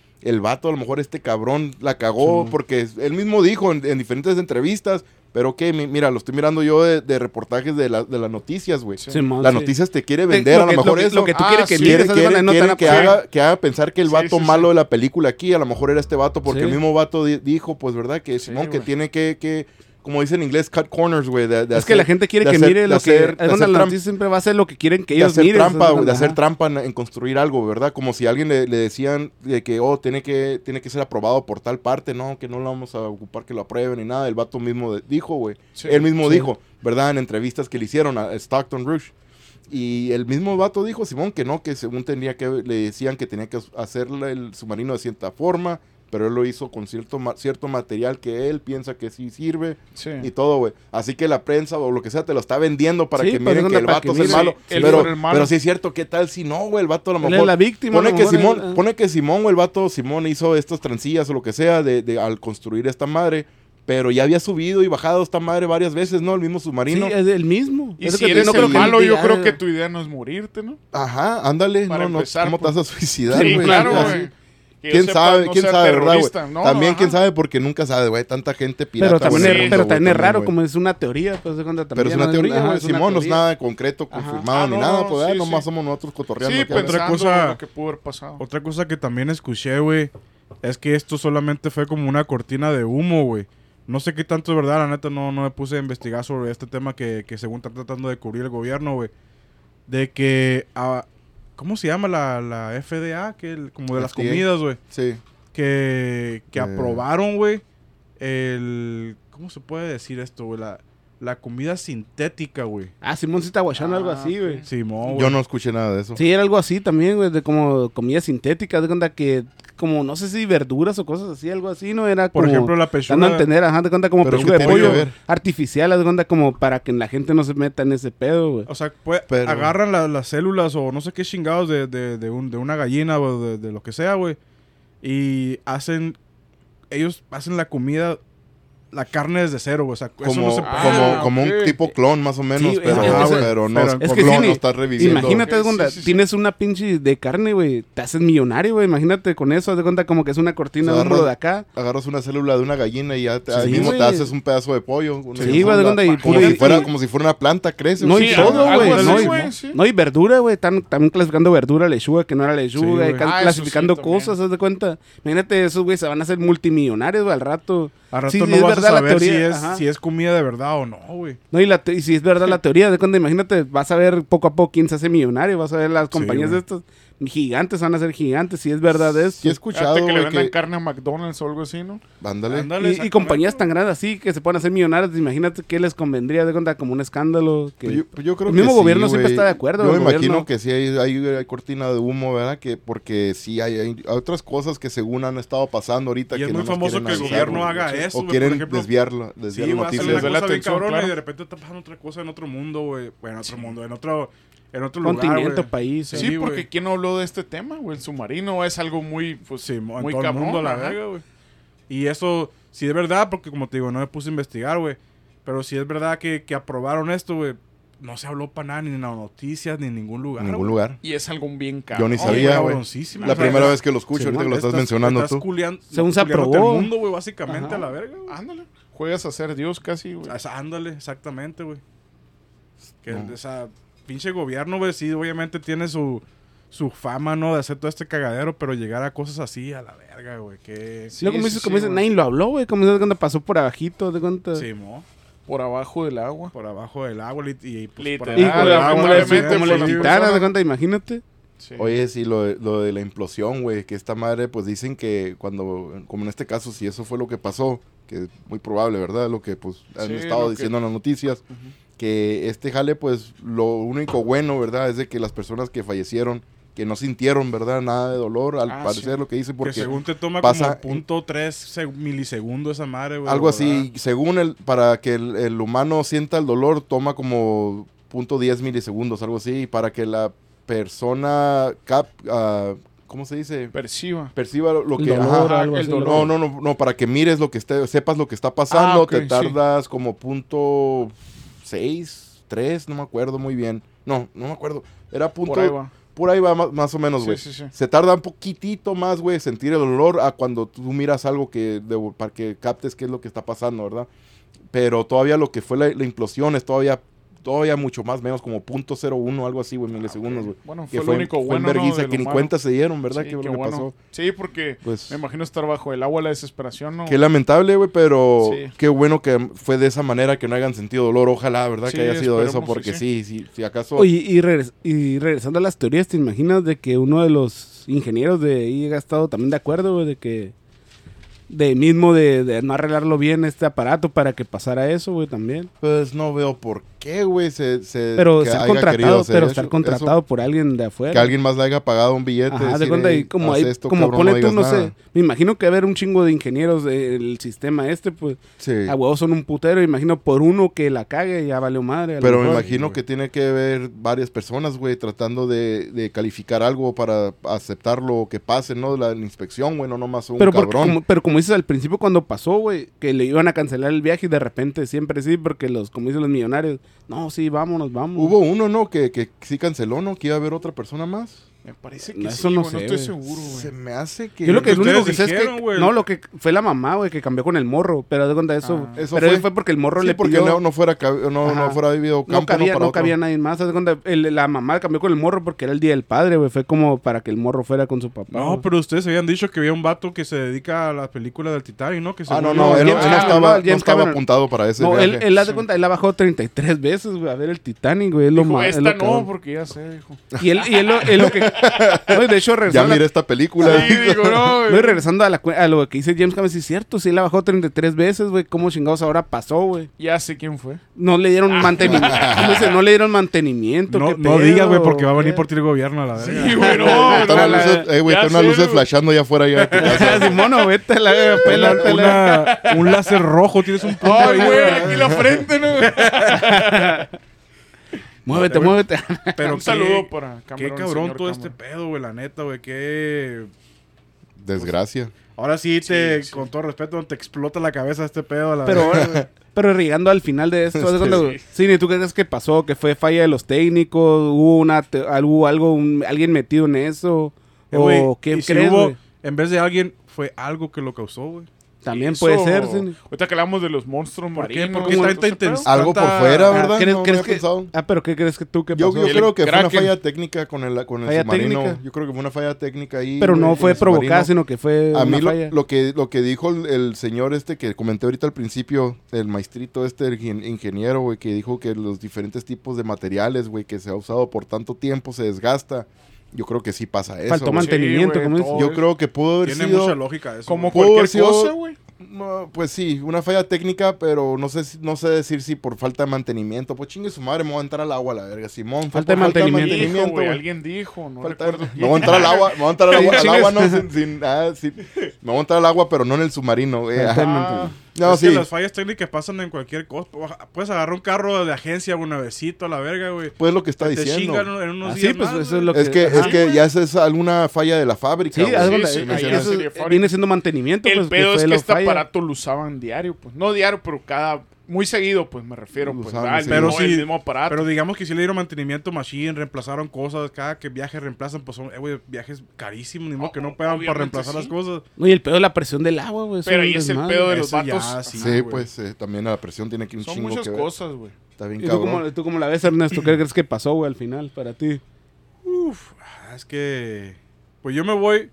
a lo mejor este cabrón la cagó, Sí. porque él mismo dijo en diferentes entrevistas, pero que, mira, lo estoy mirando yo de reportajes de las noticias, güey. Simón, Las sí. noticias te quiere vender, a lo mejor eso. Lo que tú Ah, quieres que sí. mires, Quiere esas bandas no te van a que pagar. haga pensar que el Sí, vato sí, malo sí. de la película aquí, a lo mejor era este vato, porque Sí. el mismo vato dijo, pues, ¿verdad? Que Sí, Simón, que güey. tiene que, como dice en inglés, cut corners, güey. Es que la gente quiere que mire lo que... Es donde la trampa, noticia siempre va a ser lo que quieren que de ellos hacer miren. trampa, esas güey, de bandas, hacer ajá. trampa en construir algo, ¿verdad? Como si a alguien le decían de que, tiene que ser aprobado por tal parte, no, que no lo vamos a ocupar que lo aprueben ni nada. El vato mismo dijo, güey. Sí, Él mismo sí. dijo, ¿verdad? En entrevistas que le hicieron a Stockton Rush. Y el mismo vato dijo, Simón, que no, que según le decían que tenía que hacerle el submarino de cierta forma, pero él lo hizo con cierto material que él piensa que sí sirve Sí. y todo, güey. Así que la prensa o lo que sea te lo está vendiendo para Sí, que pues, miren que el para vato que es el miren. malo. Sí, él pero, fue el malo. pero sí es cierto, ¿qué tal si no, güey? El vato a lo Él mejor... es la víctima. a lo mejor Pone que Simón o el vato Simón hizo estas trencillas o lo que sea al construir esta madre, pero ya había subido y bajado esta madre varias veces, ¿no? El mismo submarino. Sí, es el mismo. Y Es lo si que te- eres no el creo que malo, yo diga- creo que tu idea no es morirte, ¿no? Ajá, ándale. Para No, empezar, ¿cómo te pues. vas a suicidar, Sí, güey? claro, Así. güey. Que yo ¿Quién sepa, sabe? no ¿Quién ser sabe, verdad, güey? terrorista. No, También, quién ajá. sabe, porque nunca sabe, güey. Tanta gente pirata. Pero también, güey, sí, en el pero mundo, también es güey, raro, güey. como es una teoría, pues de cuenta también. Pero es una ¿no? teoría, Ajá, güey. es una Simón, no es teoría. nada concreto, Ajá. confirmado ni no, nada, pues, sí, nomás sí. somos nosotros cotorreando. Sí, acá, güey. pensando cosa- lo que pudo haber pasado. Otra cosa que también escuché, güey, es que esto solamente fue como una cortina de humo, güey. No sé qué tanto es verdad, la neta no me puse a investigar sobre este tema que según está tratando de cubrir el gobierno, güey. De que, ¿cómo se llama la FDA? Como de las FDA. comidas, güey. Sí. Que aprobaron, güey, ¿cómo se puede decir esto, güey? La comida sintética, güey. Ah, Simón sí está guachando algo así, güey. Simón, güey. Yo no escuché nada de eso. Sí, era algo así también, güey, de como comida sintética, de cuenta que como no sé si verduras o cosas así, algo así, ¿no? Era como Por ejemplo, la pechuga. dando a entender, ajá, de cuenta como ¿Pero pechuga qué de tiene que pollo ver? artificial, de cuenta como para que la gente no se meta en ese pedo, güey. O sea, Pero- agarran las células o no sé qué chingados de una gallina o de lo que sea, güey. Y ellos hacen la comida, la carne desde cero, güey. O sea, eso Como, no se puede. como un tipo clon, más o menos, Sí, pero, es- pero no, pero- Es que clon, sí, no está reviviendo. imagínate, Ok, cuando sí. tienes una pinche de carne, güey, te haces millonario, güey, imagínate con eso, haz de cuenta como que es una cortina O de sea, un muro de acá. Agarras una célula de una gallina y ya ahí Sí, mismo güey. te haces un pedazo de pollo. una Sí, güey, de célula, cuenta y como, puro- como si fuera una planta, crece. No, güey. y Sí, todo, algo güey, así, no, güey, sí. no, y verdura, güey, están clasificando verdura, lechuga, que no era lechuga, Sí, y güey. Ah, eso clasificando sí, también. cosas, haz de cuenta. Imagínate, esos güey se van a hacer multimillonarios, güey, al rato. Al rato Sí, no es vas a verdad la saber teoría, ajá. si es comida de verdad o no, güey. No, y si es verdad la teoría, de cuando imagínate, vas a ver poco a poco quién se hace millonario, vas a ver las compañías de güey. estos gigantes van a ser gigantes, si es verdad esto. Sí he escuchado, Hasta que le güey, vendan que... carne a McDonald's o algo así, ¿no? Ándale. Ándale, Y exactamente, compañías güey. tan grandes así que se pueden hacer millonarios, imagínate qué les convendría, de cuenta como un escándalo. Que... Pues yo creo el que mismo sí, gobierno siempre güey. está de acuerdo, Yo me el imagino gobierno. que sí hay cortina de humo, ¿verdad? Que porque sí hay otras cosas que según han estado pasando ahorita Y que es no muy nos famoso quieren que el avisar, gobierno güey. haga eso, O güey, quieren por ejemplo. desviar Sí, la va a ser noticia. una Desde la cosa bien atención, cabrona claro. y de repente está pasando otra cosa en otro mundo, güey. Bueno, en otro mundo, en otro Continente, lugar, güey. país. Sí, Sí, porque güey. ¿quién no habló de este tema, güey? El submarino es algo muy, pues, Sí, en muy todo cabrón. el mundo a la ajá. verga, güey. Y eso, si es verdad, porque como te digo, no me puse a investigar, güey. Pero si es verdad que aprobaron esto, güey, no se habló para nada, ni en las noticias, ni en ningún lugar. En ningún güey. lugar. Y es algo bien caro. Yo ni sabía, güey. cabroncísimo. La O sea, primera vez que lo escucho, Sí, ahorita que lo estás estás- mencionando estás tú. Según se culiándote aprobó. el mundo, güey, básicamente Ajá. a la verga, güey. Ándale. Juegas a ser Dios casi, güey. Ándale, exactamente, güey. Que, No. o sea, pinche gobierno, güey, sí, obviamente tiene su fama, ¿no? De hacer todo este cagadero, pero llegar a cosas así, a la verga, güey, que... Sí, Luego, como sí, dices, sí, nadie güey. lo habló, güey. Como dices, cuando pasó por abajito, de cuenta. Sí, mo, Por abajo del agua. por abajo del agua y pues, Literal, por Y abajo como, del Ah, como agua, le, obviamente, como por le las titanas, personas. de cuenta, imagínate. Sí. Oye, sí, lo de la implosión, güey, que esta madre, pues dicen que cuando, como en este caso, si eso fue lo que pasó, que es muy probable, ¿verdad? Lo que, pues, han Sí, estado lo que- diciendo en las noticias, que este jale, pues, lo único bueno, ¿verdad? Es de que las personas que fallecieron, que no sintieron, ¿verdad? Nada de dolor, al Ah, parecer sí. lo que dice, Que porque según te toma pasa como .3 milisegundos esa madre, güey. algo ¿verdad? así, según para que el humano sienta el dolor, toma como .10 milisegundos, algo así, y para que la persona ¿cómo se dice? Perciba lo El que... dolor, ajá. algo el así. dolor. No, para que mires lo que sepas lo que está pasando, Ah, ok, te sí. tardas como .6, no me acuerdo muy bien. No me acuerdo. Era Por ahí va. por ahí va más o menos, Sí, güey. sí, sí. Se tarda un poquitito más, güey, sentir el dolor a cuando tú miras algo para que captes qué es lo que está pasando, ¿verdad? Pero todavía lo que fue la implosión es todavía mucho más, menos como .01, algo así, güey, milisegundos, güey. Bueno, Que fue lo único fue en bueno, ¿no? vergüenza, del que ni humano. cuenta se dieron, ¿verdad? Sí, que qué lo que bueno. pasó. Sí, porque Pues, me imagino estar bajo el agua la desesperación, ¿no? qué lamentable, güey, pero Sí. qué bueno que fue de esa manera, que no hayan sentido dolor. Ojalá, ¿verdad? Sí, que haya sido eso, esperemos que porque si acaso... Oye, y regresando a las teorías, ¿te imaginas de que uno de los ingenieros de ahí haya estado también de acuerdo, güey, de que... de no arreglarlo bien este aparato para que pasara eso, güey, también. Pues no veo por qué, güey, Pero que estar haya querido contratado, hacer pero eso. estar contratado por alguien de afuera. Que alguien más le haya pagado un billete. Ajá, de decir, cuenta, "Ey, y como haz ahí, esto, como cabrón, pone tú, digas no nada". sé. Me imagino que haber un chingo de ingenieros del sistema pues, Sí. a huevos son un putero. Imagino por uno que la cague, ya valió madre. a lo Pero me mejor. imagino que tiene que haber varias personas, güey, tratando de calificar algo para aceptar lo que pase, ¿no? La inspección, güey, no nomás un Pero, cabrón. pero como dices al principio cuando pasó, güey, que le iban a cancelar el viaje y de repente siempre sí, porque como dicen los millonarios, no, sí, vámonos. Hubo uno, ¿no? Que sí canceló, ¿no? Que iba a haber otra persona más. Me parece que No, sí, eso no güey, sé, estoy güey. seguro, Se güey. me hace que... Yo lo que Lo lo único que ustedes sé es dijeron, que güey. no, lo que fue la mamá, güey, que cambió con el morro, pero de cuenta eso, Ah. Eso pero fue. fue porque el morro Sí, le porque pidió, no fuera habido campo, no cabía, para no otro. cabía nadie más, haz de cuenta, la mamá cambió con el morro porque era el día del padre, güey, fue como para que el morro fuera con su papá. No, güey. pero ustedes habían dicho que había un vato que se dedica a las películas del Titanic, ¿no? Que Ah, no, según- no, él James no Cameron, estaba Cameron. apuntado para ese No, viaje. él haz de cuenta, él la bajó 33 veces, güey, a ver el Titanic, güey, es lo Dijo, más. esta no, porque ya sé, dijo. Y él lo que No, y de hecho, Ya regresando, miré esta película. Sí, digo, no, no, y güey. regresando a lo que dice James Cameron, sí es cierto, sí la bajó 33 veces, güey. ¿Cómo chingados ahora pasó, güey? Ya sé quién fue. No le dieron mantenimiento. ¿Cómo dice? No le dieron mantenimiento. No, ¿qué no pedo? digas, güey, porque va a venir ¿Qué? por ti el gobierno a la verga. Sí, güey, no. Están no, las luces, güey, ya están unas sé, luces güey. flashando allá afuera ya de tu casa. Simono, vete a la pela. Un láser rojo, tienes un punto Ay, ahí, güey, güey. aquí la frente, ¿no? Muévete, muévete. Pero Un saludo para qué Cameron, cabrón señor todo este Cameron. pedo, güey, la neta, güey, qué... Desgracia. Ahora sí, Sí. con todo respeto, te explota la cabeza este pedo. La Pero, verga. pero llegando al final de esto, ¿haz de cuenta, Sí. sí, ni tú crees que pasó, que fue falla de los técnicos, hubo algo, alguien metido en eso, Güey, o qué y si crees, hubo, güey? en vez de alguien, fue algo que lo causó, güey. También Eso- puede ser, sí. Ahorita que hablamos de los monstruos ¿Por qué? marinos. ¿Por qué todo tanta ese pedo. intensidad? Algo por Tanta- fuera, Ah, ¿verdad? ¿crees- No crees había que- pensado. pero ¿qué crees que tú que Yo pasó? creo que fue una Kraken. falla técnica con el Falla submarino. técnica. Yo creo que fue una falla técnica ahí. Pero güey, no con fue el provocada, submarino. sino que fue A mí una falla. lo que dijo el señor este que comenté ahorita al principio, el maestrito este, el ingeniero, güey, que dijo que los diferentes tipos de materiales, güey, que se ha usado por tanto tiempo se desgasta. Yo creo que sí pasa eso. Faltó güey. mantenimiento, güey, como todo. dices. Yo creo que pudo haber Tiene sido... mucha lógica eso. Como Pudo cualquier haber sido- cosa, güey. No, pues sí, una falla técnica, pero no sé decir si por falta de mantenimiento. Pues chingue su madre, me voy a entrar al agua, la verga. Simón, fue Falta de por mantenimiento. Dijo, güey, güey. alguien dijo, no Falta- recuerdo me voy a entrar al agua, me voy a entrar al agua, Sí, al agua chingues. no, me voy a entrar al agua, pero no en el submarino, güey. Falta de Ajá. mantenimiento. No, Es sí, que las fallas técnicas pasan en cualquier cosa. Puedes agarrar un carro de agencia, un nuevecito a la verga, güey. pues lo que está Te diciendo. chingan en unos Así, días pues más, eso es güey. lo Es que, Ajá. es que ya esa es alguna falla de la fábrica. Sí, güey. haz de sí, cuenta, sí, ahí ahí eso sería fábrica. viene siendo mantenimiento. El pues, pedo es fue que la este falla. aparato lo usaban diario, pues. No diario, pero muy seguido, pues, me refiero. Lo Pues, usaban, ¿verdad? sí. Pero No, sí, el mismo aparato. Pero digamos que si le dieron mantenimiento machine, reemplazaron cosas, cada que viaje reemplazan, pues son, güey, viajes carísimos, ni modo que no puedan para obviamente reemplazar las sí. cosas. No, y el pedo de la presión del agua, güey. eso Pero es ahí un es el desmadre. pedo de los Eso ya, vatos. sí. Sí, güey. pues también la presión tiene que un Son chingo muchas que ver. cosas, güey. Está bien ¿Y cabrón. tú cómo la ves, Ernesto? ¿Qué crees que pasó, güey, al final, para ti? Es que, pues yo me voy...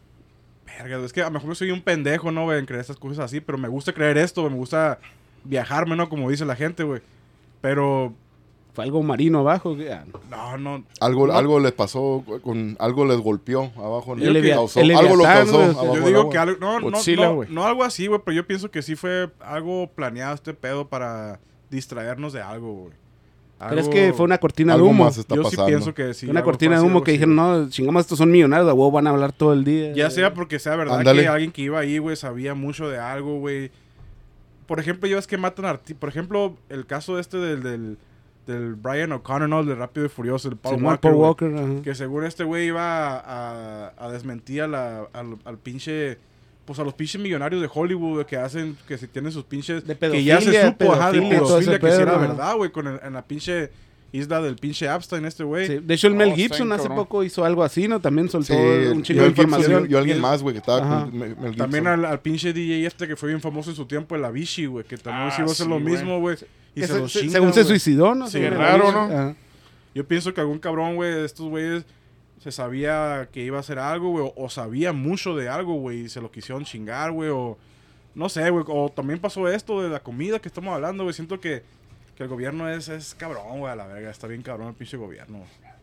Verga, es que a lo mejor soy un pendejo, ¿no, güey? En creer estas cosas así, pero me gusta creer esto, güey, me gusta viajarme, ¿no? Como dice la gente, güey. Pero, ¿Fue algo marino abajo? ¿Qué? Ah, no. Algo les pasó, algo les golpeó abajo. El Causó- el algo lo Leviatán, causó güey. abajo Yo del digo agua. que algo, Godzilla, güey. no algo así, güey, pero yo pienso que sí fue algo planeado este pedo para distraernos de algo, güey. ¿Crees Algo- que fue una cortina de Algo humo? más está Yo pasando. sí pienso que sí. Una algo cortina de fue así, humo algo que así, dijeron, güey. no, chingamos, estos son millonarios, de huevo van a hablar todo el día. Ya sea porque sea verdad Ándale. que alguien que iba ahí, güey, sabía mucho de algo, güey. Por ejemplo, ya ves que matan por ejemplo, el caso este del Brian O'Connor, ¿no? El de Rápido y Furioso, el Paul Simón, Walker, Paul güey. Walker, ajá. Que según este güey iba a desmentir al pinche... Pues a los pinches millonarios de Hollywood, güey, que hacen... Que si tienen sus pinches... De que ya se pedofilia, supo, ajá, de pedofilia, todo pedofilia, ese que sí pedo, era ajá. verdad, güey. En la pinche isla del pinche Epstein, este güey. Sí, de hecho, el Mel No, está Gibson bien hace cabrón. poco hizo algo así, ¿no? También soltó Sí, un chingo de Mel Gibson información. y alguien más, güey, que estaba Ajá. con Mel Gibson. También al pinche DJ este que fue bien famoso en su tiempo, el Avicii, güey, que también Ah, sí iba a hacer sí, lo güey. mismo, güey. Y Que se lo chinga, según se güey. suicidó, ¿no? Sí, Según el raro, Avicii. ¿no? Ajá. Yo pienso que algún cabrón, güey, de estos güeyes se sabía que iba a hacer algo, güey, o sabía mucho de algo, güey, y se lo quisieron chingar, güey, o no sé, güey, o también pasó esto de la comida que estamos hablando, güey. Siento que el gobierno es cabrón, güey, a la verga, está bien cabrón el pinche gobierno.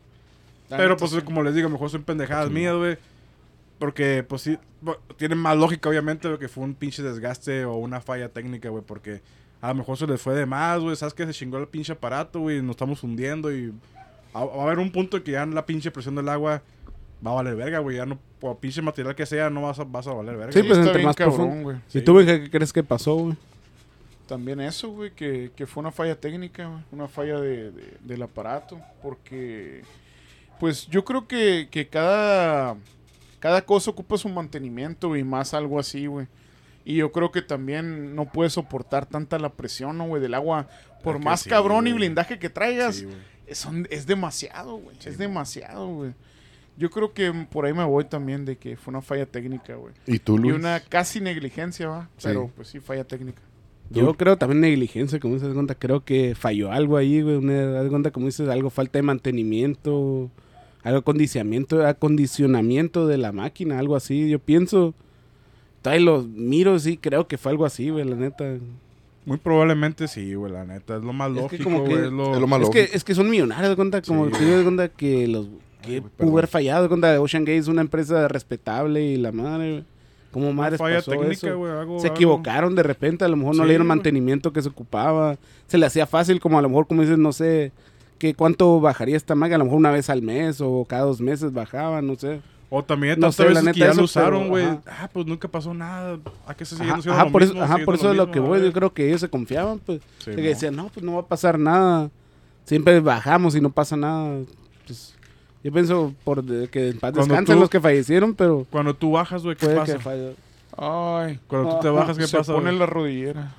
Pero pues como les digo, a lo mejor son pendejadas mías, güey. Porque, pues sí, tienen más lógica, obviamente, güey, que fue un pinche desgaste o una falla técnica, güey, porque a lo mejor se les fue de más, güey. Sabes que se chingó el pinche aparato, güey, nos estamos hundiendo y va a haber un punto que ya la pinche presión del agua va a valer verga, güey. Ya no, por pinche material que sea, no vas a valer verga. Sí, güey. pues está entre bien más cabrón, profundo. güey. ¿Y Sí. tú, güey, qué crees que pasó, güey? También eso, güey, que fue una falla técnica, güey, una falla del aparato, porque, pues, yo creo que cada cosa ocupa su mantenimiento y más algo así, güey. Y yo creo que también no puedes soportar tanta la presión, ¿no, güey? Del agua. Por Es que más sí, cabrón y güey. blindaje que traigas, Sí, güey. es demasiado, güey. Sí, es güey. demasiado, güey. Yo creo que por ahí me voy también de que fue una falla técnica, güey. ¿Y tú, Y Luis? una casi negligencia, va. Sí. Pero pues sí, falla técnica. Yo creo también negligencia, como dices, cuenta, creo que falló algo ahí, güey. Haz de cuenta, como dices, algo falta de mantenimiento, algo acondicionamiento de la máquina, algo así. Yo pienso, todavía los miro, sí, creo que fue algo así, güey, la neta. Muy probablemente sí, güey, la neta. Es lo más Es que lógico, como que- güey. Es lo más Es lógico. que son millonarios, de cuenta, como Sí, te digo, de cuenta que ¿Qué güey, pudo haber perdón. fallado? Cuando Ocean Gate es una empresa respetable y la madre, güey. ¿Cómo madres falla pasó técnica, eso? güey, algo- Se equivocaron de repente, a lo mejor no Sí, le dieron güey. mantenimiento que se ocupaba. Se le hacía fácil, como a lo mejor, como dices, no sé, que cuánto bajaría esta maga, a lo mejor una vez al mes o cada 2 meses bajaba, no sé. O también No tantas sé, la veces neta, que ya eso, lo usaron, pero, güey. ajá. Pues nunca pasó nada. ¿A qué se Ajá, siguiendo haciendo ajá, lo por eso, mismo? ajá, por eso es lo que voy. güey. Yo creo que ellos se confiaban, pues. Sí, de que mo. decían, no, pues no va a pasar nada. Siempre bajamos y no pasa nada. Pues, yo pienso que en paz Cuando descansen tú- los que fallecieron, pero Cuando tú bajas, güey, ¿qué puede pasa? que falle. Ay, Cuando tú te bajas, ¿qué se pasa? pone güey? la rodillera.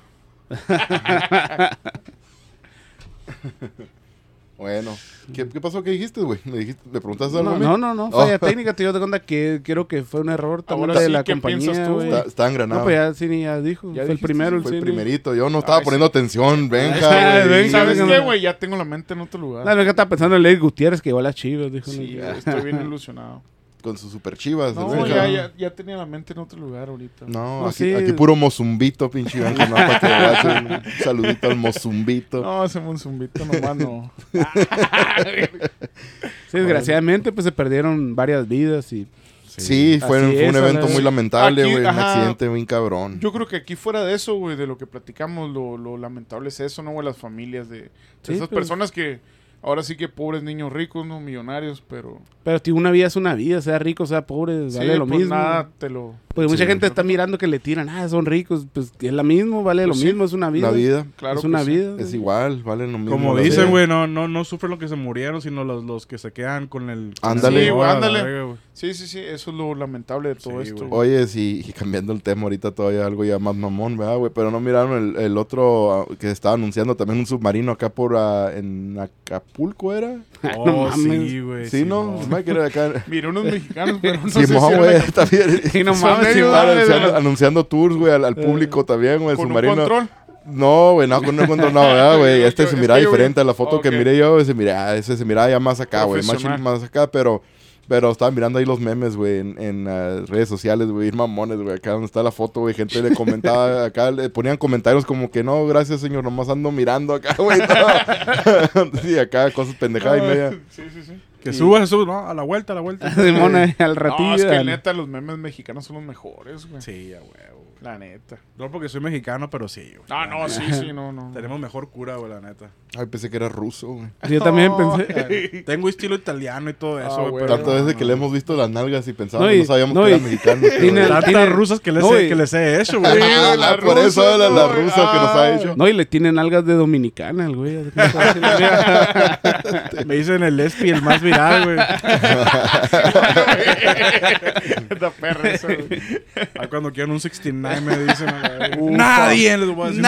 Bueno, ¿qué pasó? ¿Qué dijiste, güey? ¿Me preguntaste algo a No, mí? no, Oh. falla técnica, te dio cuenta que creo que fue un error también Ahora de sí, la ¿qué compañía, piensas tú, güey. Está engranado. No, pues ya Cine ya dijo. Ya fue el dijiste, primero, el Fue el Cine. primerito. Yo no estaba Ay, poniendo atención. Venga, Ay, güey. venga, ¿Sabes venga. qué, güey? Ya tengo la mente en otro lugar. La verdad estaba pensando en Ley Gutiérrez que llegó a las Chivas, dijo. Sí, ¿no? estoy bien ilusionado. Con sus super chivas. No, venga. ya tenía la mente en otro lugar ahorita. No, No, aquí, sí. aquí puro mozumbito, pinche Iván, que no, para que veas un saludito al mozumbito. No, hacemos un zumbito nomás, no. Sí, desgraciadamente pues se perdieron varias vidas y Sí, fue Así un es, evento Alex. muy lamentable, Aquí, güey. Un ajá. accidente bien cabrón. Yo creo que aquí fuera de eso, güey, de lo que platicamos, lo lamentable es eso, ¿no, güey? Las familias de Sí, esas pues. personas que ahora sí que pobres niños ricos, ¿no? Millonarios, pero... pero tío, una vida es una vida, sea rico, sea pobre, Sí, vale lo pues mismo. nada, te lo... Pues mucha Sí. gente está mirando que le tiran, son ricos, pues es lo mismo, vale Pues lo sí, mismo, es una vida. La vida Claro es que una sí. vida. es igual, vale lo mismo. Como la dicen, vida. güey, no sufren los que se murieron, sino los que se quedan con el... con el Ándale. Sí, güey, dolor a la ándale. verga, güey. Sí, eso es lo lamentable de todo Sí, esto. güey. güey. Oye, sí, y cambiando el tema ahorita todavía algo ya más mamón, ¿verdad, güey? Pero no miraron el otro que estaba anunciando también un submarino acá en Acapulco, ¿era? Oh, No mames. sí, güey. Sí, ¿no? Simón. Se me que era acá. Miré unos mexicanos, pero no sé si Simón, eran güey, acá también. Sí, no Son mames, ellos, sí, dale, Anunciando tours, güey, al público también, güey, el con un submarino. control. No, güey, no, con un control no, ¿verdad, güey? Yo- Este yo- se es mira que yo diferente vi- a la foto que Ok. miré yo, ese se mira ya más acá, güey, más Profesional. chill, más acá, pero estaba mirando ahí los memes, güey, en redes sociales, güey, ir mamones, güey, acá donde está la foto, güey, gente le comentaba, acá le ponían comentarios como que no, gracias, señor, nomás ando mirando acá, güey, no. Sí, acá cosas pendejadas y media. Sí. Que suba, no, a la vuelta, a la vuelta. Simón, al ratillo. No, es que dale. neta, los memes mexicanos son los mejores, güey. Sí, a huevo. La neta. No porque soy mexicano, pero sí, güey. Ah, La no, neta. sí, no. Tenemos mejor cura, güey, la neta. Ay, pensé que era ruso, güey. Yo también No. pensé. Tengo estilo italiano y todo eso, Ah, güey. güey. pero Tantas veces no, que le hemos visto las nalgas y pensábamos, No, y- no sabíamos no, que y- eran mexicanos. tiene- güey. Tantas tiene- rusas que les, no, he, y- que les he hecho, güey. Ah, la por eso rusa, la no, rusa que nos ha hecho. No, y le tienen algas de dominicana, el güey. Me dicen el Espi, el más viral, güey. Esta perra esa, güey. Ah, cuando quieran un 69 me dicen. Ufa. Nadie les voy a decir.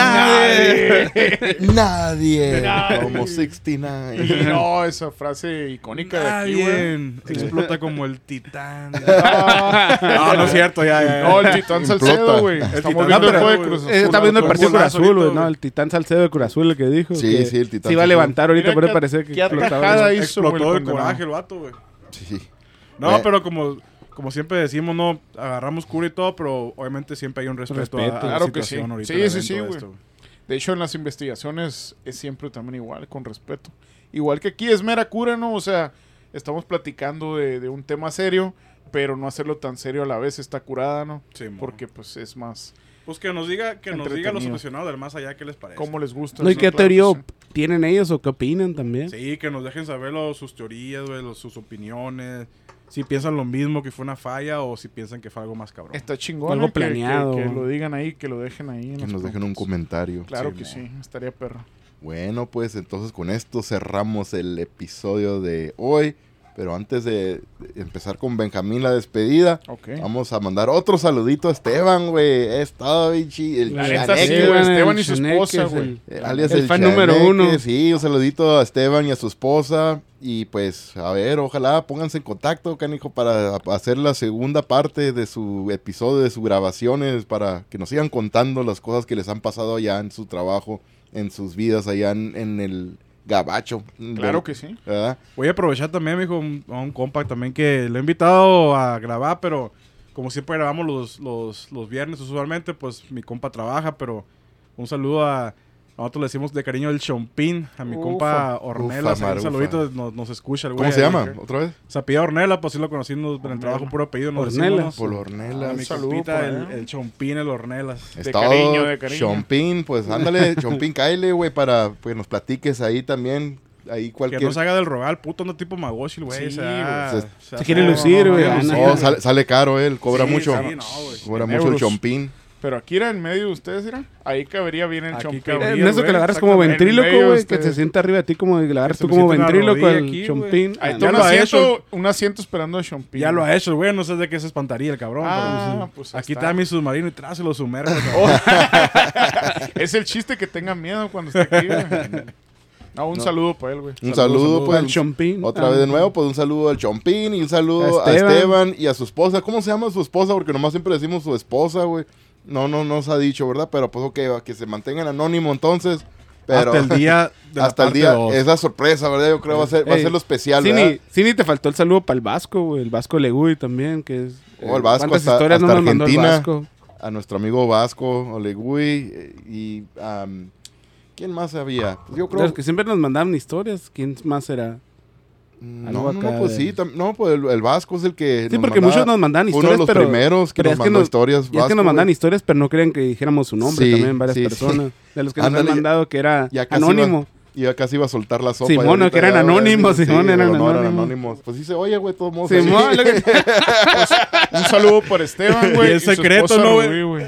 Nadie. Nadie. Como 69. No, esa frase icónica de aquí, güey. Nadie. Explota como el titán. No, No es cierto, ya. No, el Titán Implota. Salcedo, güey. El Estamos Titán viendo el Salcedo, juego de güey. Cruz Azul. Está viendo el Un partido Cruz golazo Azul, güey. ahorita, No, el Titán Salcedo de Cruz Azul el que dijo. Sí, que sí, el Titán Se iba a Salcedo. levantar ahorita, Mira pero qué- parecía que qué explotaba. atajada hizo, güey, Explotó el de coraje condenado. el vato, güey. Sí. No, pero como siempre decimos, no, agarramos cura y todo, pero obviamente siempre hay un respeto, Respeto. a la Claro que situación sí. ahorita Sí, del sí, evento sí, de güey. esto, De hecho, en las investigaciones es siempre también igual, con respeto. Igual que aquí es mera cura, ¿no? O sea, estamos platicando de un tema serio, pero no hacerlo tan serio a la vez está curada, ¿no? Sí, mo. Porque pues es más Pues que nos diga los Entretenido. aficionados del más allá qué les parece. como les gusta. No, ¿y sí, qué claro teoría que sí. tienen ellos o qué opinan también? Sí, que nos dejen saber sus teorías, güey, sus opiniones. Si piensan lo mismo, que fue una falla, o si piensan que fue algo más cabrón. Está chingón, Algo ¿no? Que- planeado. Que lo digan ahí, que lo dejen ahí. en Que las nos dejen un preguntas. comentario. Claro Sí, que mo. sí, estaría perro. Bueno, pues entonces con esto cerramos el episodio de hoy. Pero antes de empezar con Benjamín la despedida, Ok. vamos a mandar otro saludito a Esteban, güey. Es todo, bichi. El La neta, chaneque, sí, güey, el Esteban y su Chaneque esposa, es güey. alias El el fan número Chaneque. 1. Sí, un saludito a Esteban y a su esposa. Y pues, a ver, ojalá pónganse en contacto, canijo, para hacer la segunda parte de su episodio, de sus grabaciones, para que nos sigan contando las cosas que les han pasado allá en su trabajo, en sus vidas allá en el gabacho. Claro que sí. ¿Verdad? Voy a aprovechar también, mijo, a un compa también que lo he invitado a grabar, pero como siempre grabamos los viernes usualmente, pues mi compa trabaja, pero un saludo a Nosotros le decimos de cariño el Chompín. A mi compa Ornelas. Un saludito, nos escucha el güey. ¿Cómo se llama? ¿Otra vez? Se apellida Ornela, pues sí lo conocimos en el trabajo, puro apellido. Ornelas. Por Ornelas. Mi Saludo compita, por el Chompín, el Ornelas. De cariño, de cariño. Chompín, pues ándale, Chompín, cáele, güey, para que nos platiques ahí también. Ahí cualquier... Que no se haga del rogal, puto, no tipo Magoshi, güey. Sí, se quiere lucir, güey. No, sale caro él, cobra Sí, mucho. sí, no, güey. Cobra En mucho el euros. Chompín. Pero aquí era en medio de ustedes, ¿era? Ahí cabería bien el Aquí chompín. cabería. En eso que le agarras como Exactamente. ventríloco, En medio de güey, que se ustedes. sienta arriba de ti como le agarras Que tú se me como siente una ventríloco rodilla al aquí, chompín. Ahí Ah, está ya lo ha hecho. un asiento esperando a chompín. Ya lo ha hecho, güey. No sé de qué se espantaría el cabrón. Ah, pero, pues aquí está. está mi submarino y tras se lo sumerge. Es el chiste que tenga miedo cuando esté aquí, güey. No, un saludo para él, güey. Un saludo, pues. al chompín. Otra vez de nuevo, pues un saludo al Chompín y un saludo a Esteban y a su esposa. ¿Cómo se llama su esposa? Porque nomás siempre decimos su esposa, güey. No nos ha dicho, ¿verdad? Pero pues ok, que se mantengan anónimo entonces. Pero hasta el día de la hasta el parte día, dos. es la sorpresa, ¿verdad? Yo creo va a ser lo especial, ¿verdad? Sí, ni te faltó el saludo para el Vasco, güey. El Vasco Legui también, que es... El Vasco ¿cuántas hasta historias no nos mandó el Argentina. Vasco? A nuestro amigo Vasco, Olegui y... ¿quién más había? Pues yo creo... Los que siempre nos mandaban historias. ¿Quién más será? algo No, acá pues de- sí, pues el Vasco es el que Sí, porque muchos nos mandaban uno de historias, los pero... primeros que pero nos es que mandó nos- historias. Y es que Vasco, nos mandaban güey. historias, pero no creen que dijéramos su nombre Sí, también, varias sí, personas. De los que nos Ándale, han mandado que era ya casi anónimo. Ya casi iba a soltar la sopa. Simón, y ahorita que eran ya, güey, anónimos, sí, Simón, eran pero no eran anónimos. anónimos. Pues sí se oye, güey, todos modos. Simón, lo que- Un saludo por Esteban, güey. Y es su secreto, esposa ¿no, Rubí,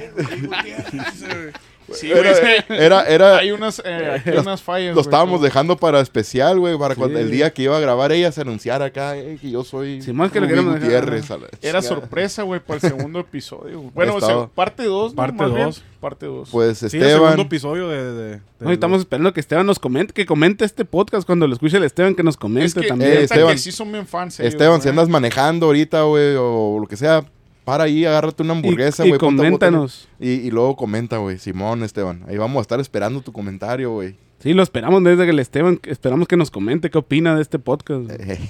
Sí, güey. Era, Hay unas fallas. lo güey, estábamos como- dejando para especial, güey, para cuando Sí. el día que iba a grabar ella se anunciara acá que yo soy Simón, que lo Rubí queremos dejar, Gutiérrez. a la Era chingada. sorpresa, güey, para el segundo episodio. Güey. Bueno, Estaba- o sea, parte 2, ¿no? Parte Más bien, 2. Parte 2. Pues Sí, el segundo Esteban, episodio de No, y estamos esperando que Esteban nos comente, que comente este podcast cuando lo escuche el Esteban, que nos comente es que, también. neta Esteban. que sí son bien fans. ellos, Esteban, güey. si andas manejando ahorita, güey, o lo que sea, para ahí, agárrate una hamburguesa, y güey. ponte a coméntanos. botar- Y luego comenta, güey, Simón, Esteban. Ahí vamos a estar esperando tu comentario, güey. Sí, lo esperamos desde que el Esteban, esperamos que nos comente qué opina de este podcast.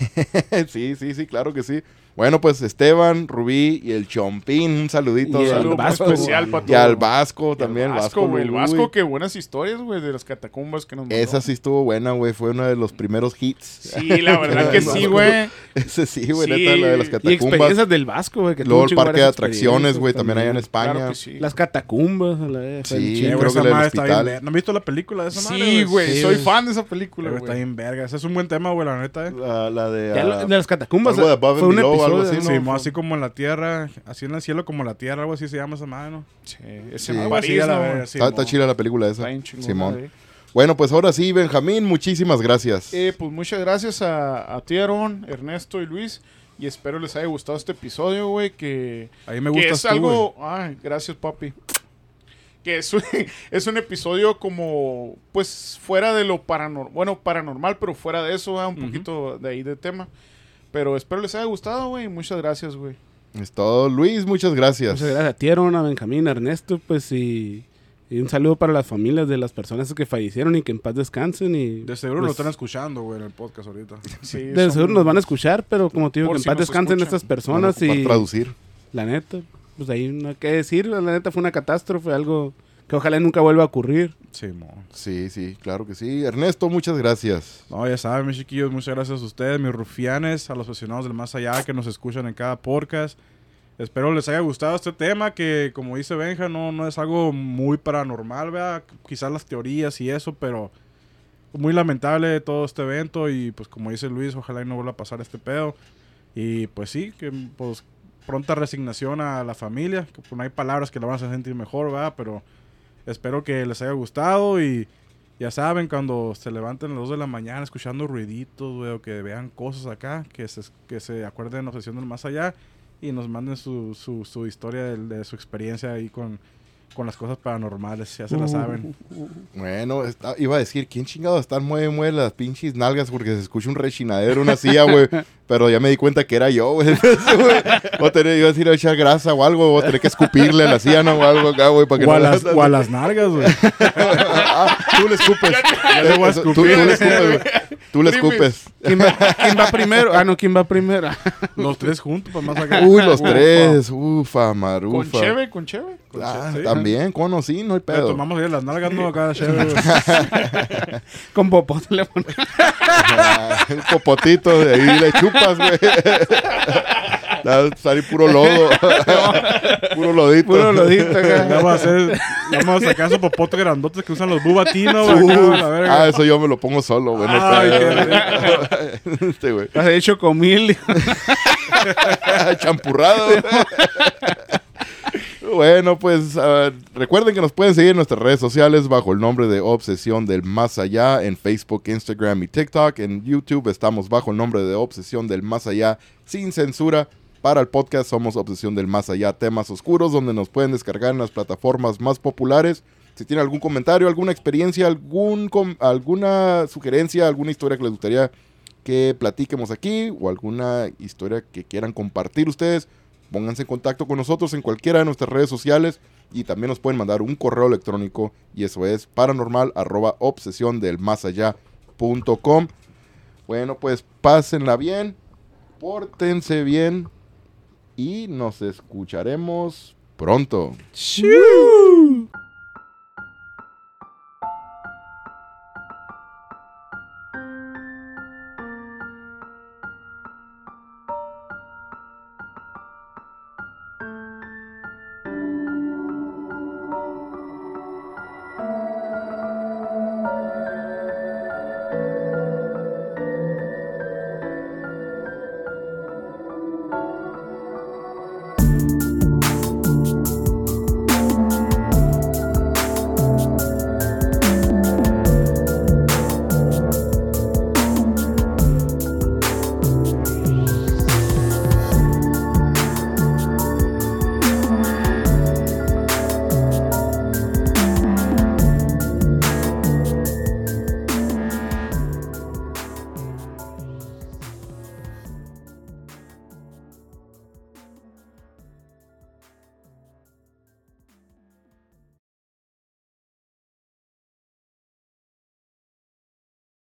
Sí, claro que sí. Bueno, pues Esteban, Rubí y el Chompín, un saludito. Y el al- Saludo muy Vasco, especial para y al Vasco también. El Vasco, güey. El Lugo, Vasco, güey. que buenas historias, güey, de las catacumbas que nos mandó. Esa sí estuvo buena, güey. Fue uno de los primeros hits. Sí, la verdad que sí, güey. Ese sí, güey, Sí. neta, la de las Y catacumbas. experiencias del Vasco, güey. que tuvo Luego un el chingo parque de varias atracciones, güey, experiencias también allá en España. Claro que sí. Las catacumbas, a la vez. Sí, el Sí, chingo. creo esa que el madre está bien hospital. verga. ¿No han visto la película de esa madre? Sí, güey. Sí, Soy güey. fan de esa película, Pero está güey. bien verga. Ese es un buen tema, güey, la neta, La de... Ya de las catacumbas algo de Above fue and un Below, episodio. algo así, ¿no? ¿no? Sí, fue- así como en la tierra, así en el cielo como la tierra, algo así se llama esa madre, ¿no? Sí, es Sí. en Algo así, París, a la ¿no? verga, sí, Está mo. chida la película esa. Está bien chingona, Simón. güey. Bueno, pues ahora sí, Benjamín, muchísimas gracias. Pues muchas gracias a ti, Aaron, Ernesto y Luis. Y espero les haya gustado este episodio, güey. Que Ahí me que gusta es algo. Ay, gracias, papi. Que es un episodio como, pues, fuera de lo paranormal. Bueno, paranormal, pero fuera de eso, un poquito de ahí de tema. Pero espero les haya gustado, güey. Muchas gracias, güey. Es todo. Luis, muchas gracias. Muchas gracias a ti, Aaron, a Benjamín, a Ernesto, pues, y un saludo para las familias de las personas que fallecieron y que en paz descansen. Y, De seguro pues, lo están escuchando, güey, en el podcast ahorita. Sí, de son- seguro nos van a escuchar, pero como te digo, Por que en si paz nos descansen escuchan. estas Van a personas ocupar y traducir. la neta, pues ahí no hay que decir, la neta fue una catástrofe, algo que ojalá nunca vuelva a ocurrir. Sí, mo. Sí, claro que sí. Ernesto, muchas gracias. No, ya saben, mis chiquillos, muchas gracias a ustedes, mis rufianes, a los aficionados del más allá que nos escuchan en cada podcast. Espero les haya gustado este tema que, como dice Benja, no es algo muy paranormal, ¿verdad? Quizás las teorías y eso, pero muy lamentable todo este evento y pues como dice Luis, ojalá y no vuelva a pasar este pedo. Y pues sí, que pues pronta resignación a la familia, que pues, no hay palabras que la van a hacer sentir mejor, ¿verdad? Pero espero que les haya gustado y ya saben, cuando se levanten a las 2 de la mañana escuchando ruiditos, güey, o que vean cosas acá, que se acuerden de la obsesión del más allá y nos manden su historia de su experiencia ahí con las cosas paranormales, ya se la saben. Bueno, iba a decir, ¿quién chingado están mueve las pinches nalgas? Porque se escucha un rechinadero, una silla, güey. Pero ya me di cuenta que era yo, güey. Voy a tener, iba a decir, a echar grasa o algo. Voy a tener que escupirle a la silla, ¿no? O algo acá, güey, para que O a, no... o a las nalgas, güey. Ah, tú le escupes. Ya le voy a Tú escupir. le escupes, güey. Tú le escupes. ¿Quién va primero? Ah, no, ¿quién va primero? Los tres juntos para más acá. Uy, los tres. Ufa, marufa. Con cheve. Ah, Sí. también, cono, sí, no hay Pero pedo. tomamos ahí las nalgas, no, acá, chévere, güey. Con popote le ponen. Un popotito, de ahí le chupas, güey. Va a salir puro lodo. Puro lodito. Puro lodito acá. Vamos a sacar esos popotes grandotes que usan los bubatinos, güey. acá, la verga. Ah, eso yo me lo pongo solo, güey. No Ay, pedo. Este, güey. Has hecho comil. Champurrado. Bueno, pues recuerden que nos pueden seguir en nuestras redes sociales bajo el nombre de Obsesión del Más Allá en Facebook, Instagram y TikTok. En YouTube estamos bajo el nombre de Obsesión del Más Allá sin censura. Para el podcast somos Obsesión del Más Allá, temas oscuros, donde nos pueden descargar en las plataformas más populares. Si tienen algún comentario, alguna experiencia, alguna sugerencia, alguna historia que les gustaría que platiquemos aquí o alguna historia que quieran compartir ustedes, pónganse en contacto con nosotros en cualquiera de nuestras redes sociales y también nos pueden mandar un correo electrónico y eso es paranormal@obsesiondelmasallá.com. Bueno, pues pásenla bien, pórtense bien y nos escucharemos pronto. ¡Shoo!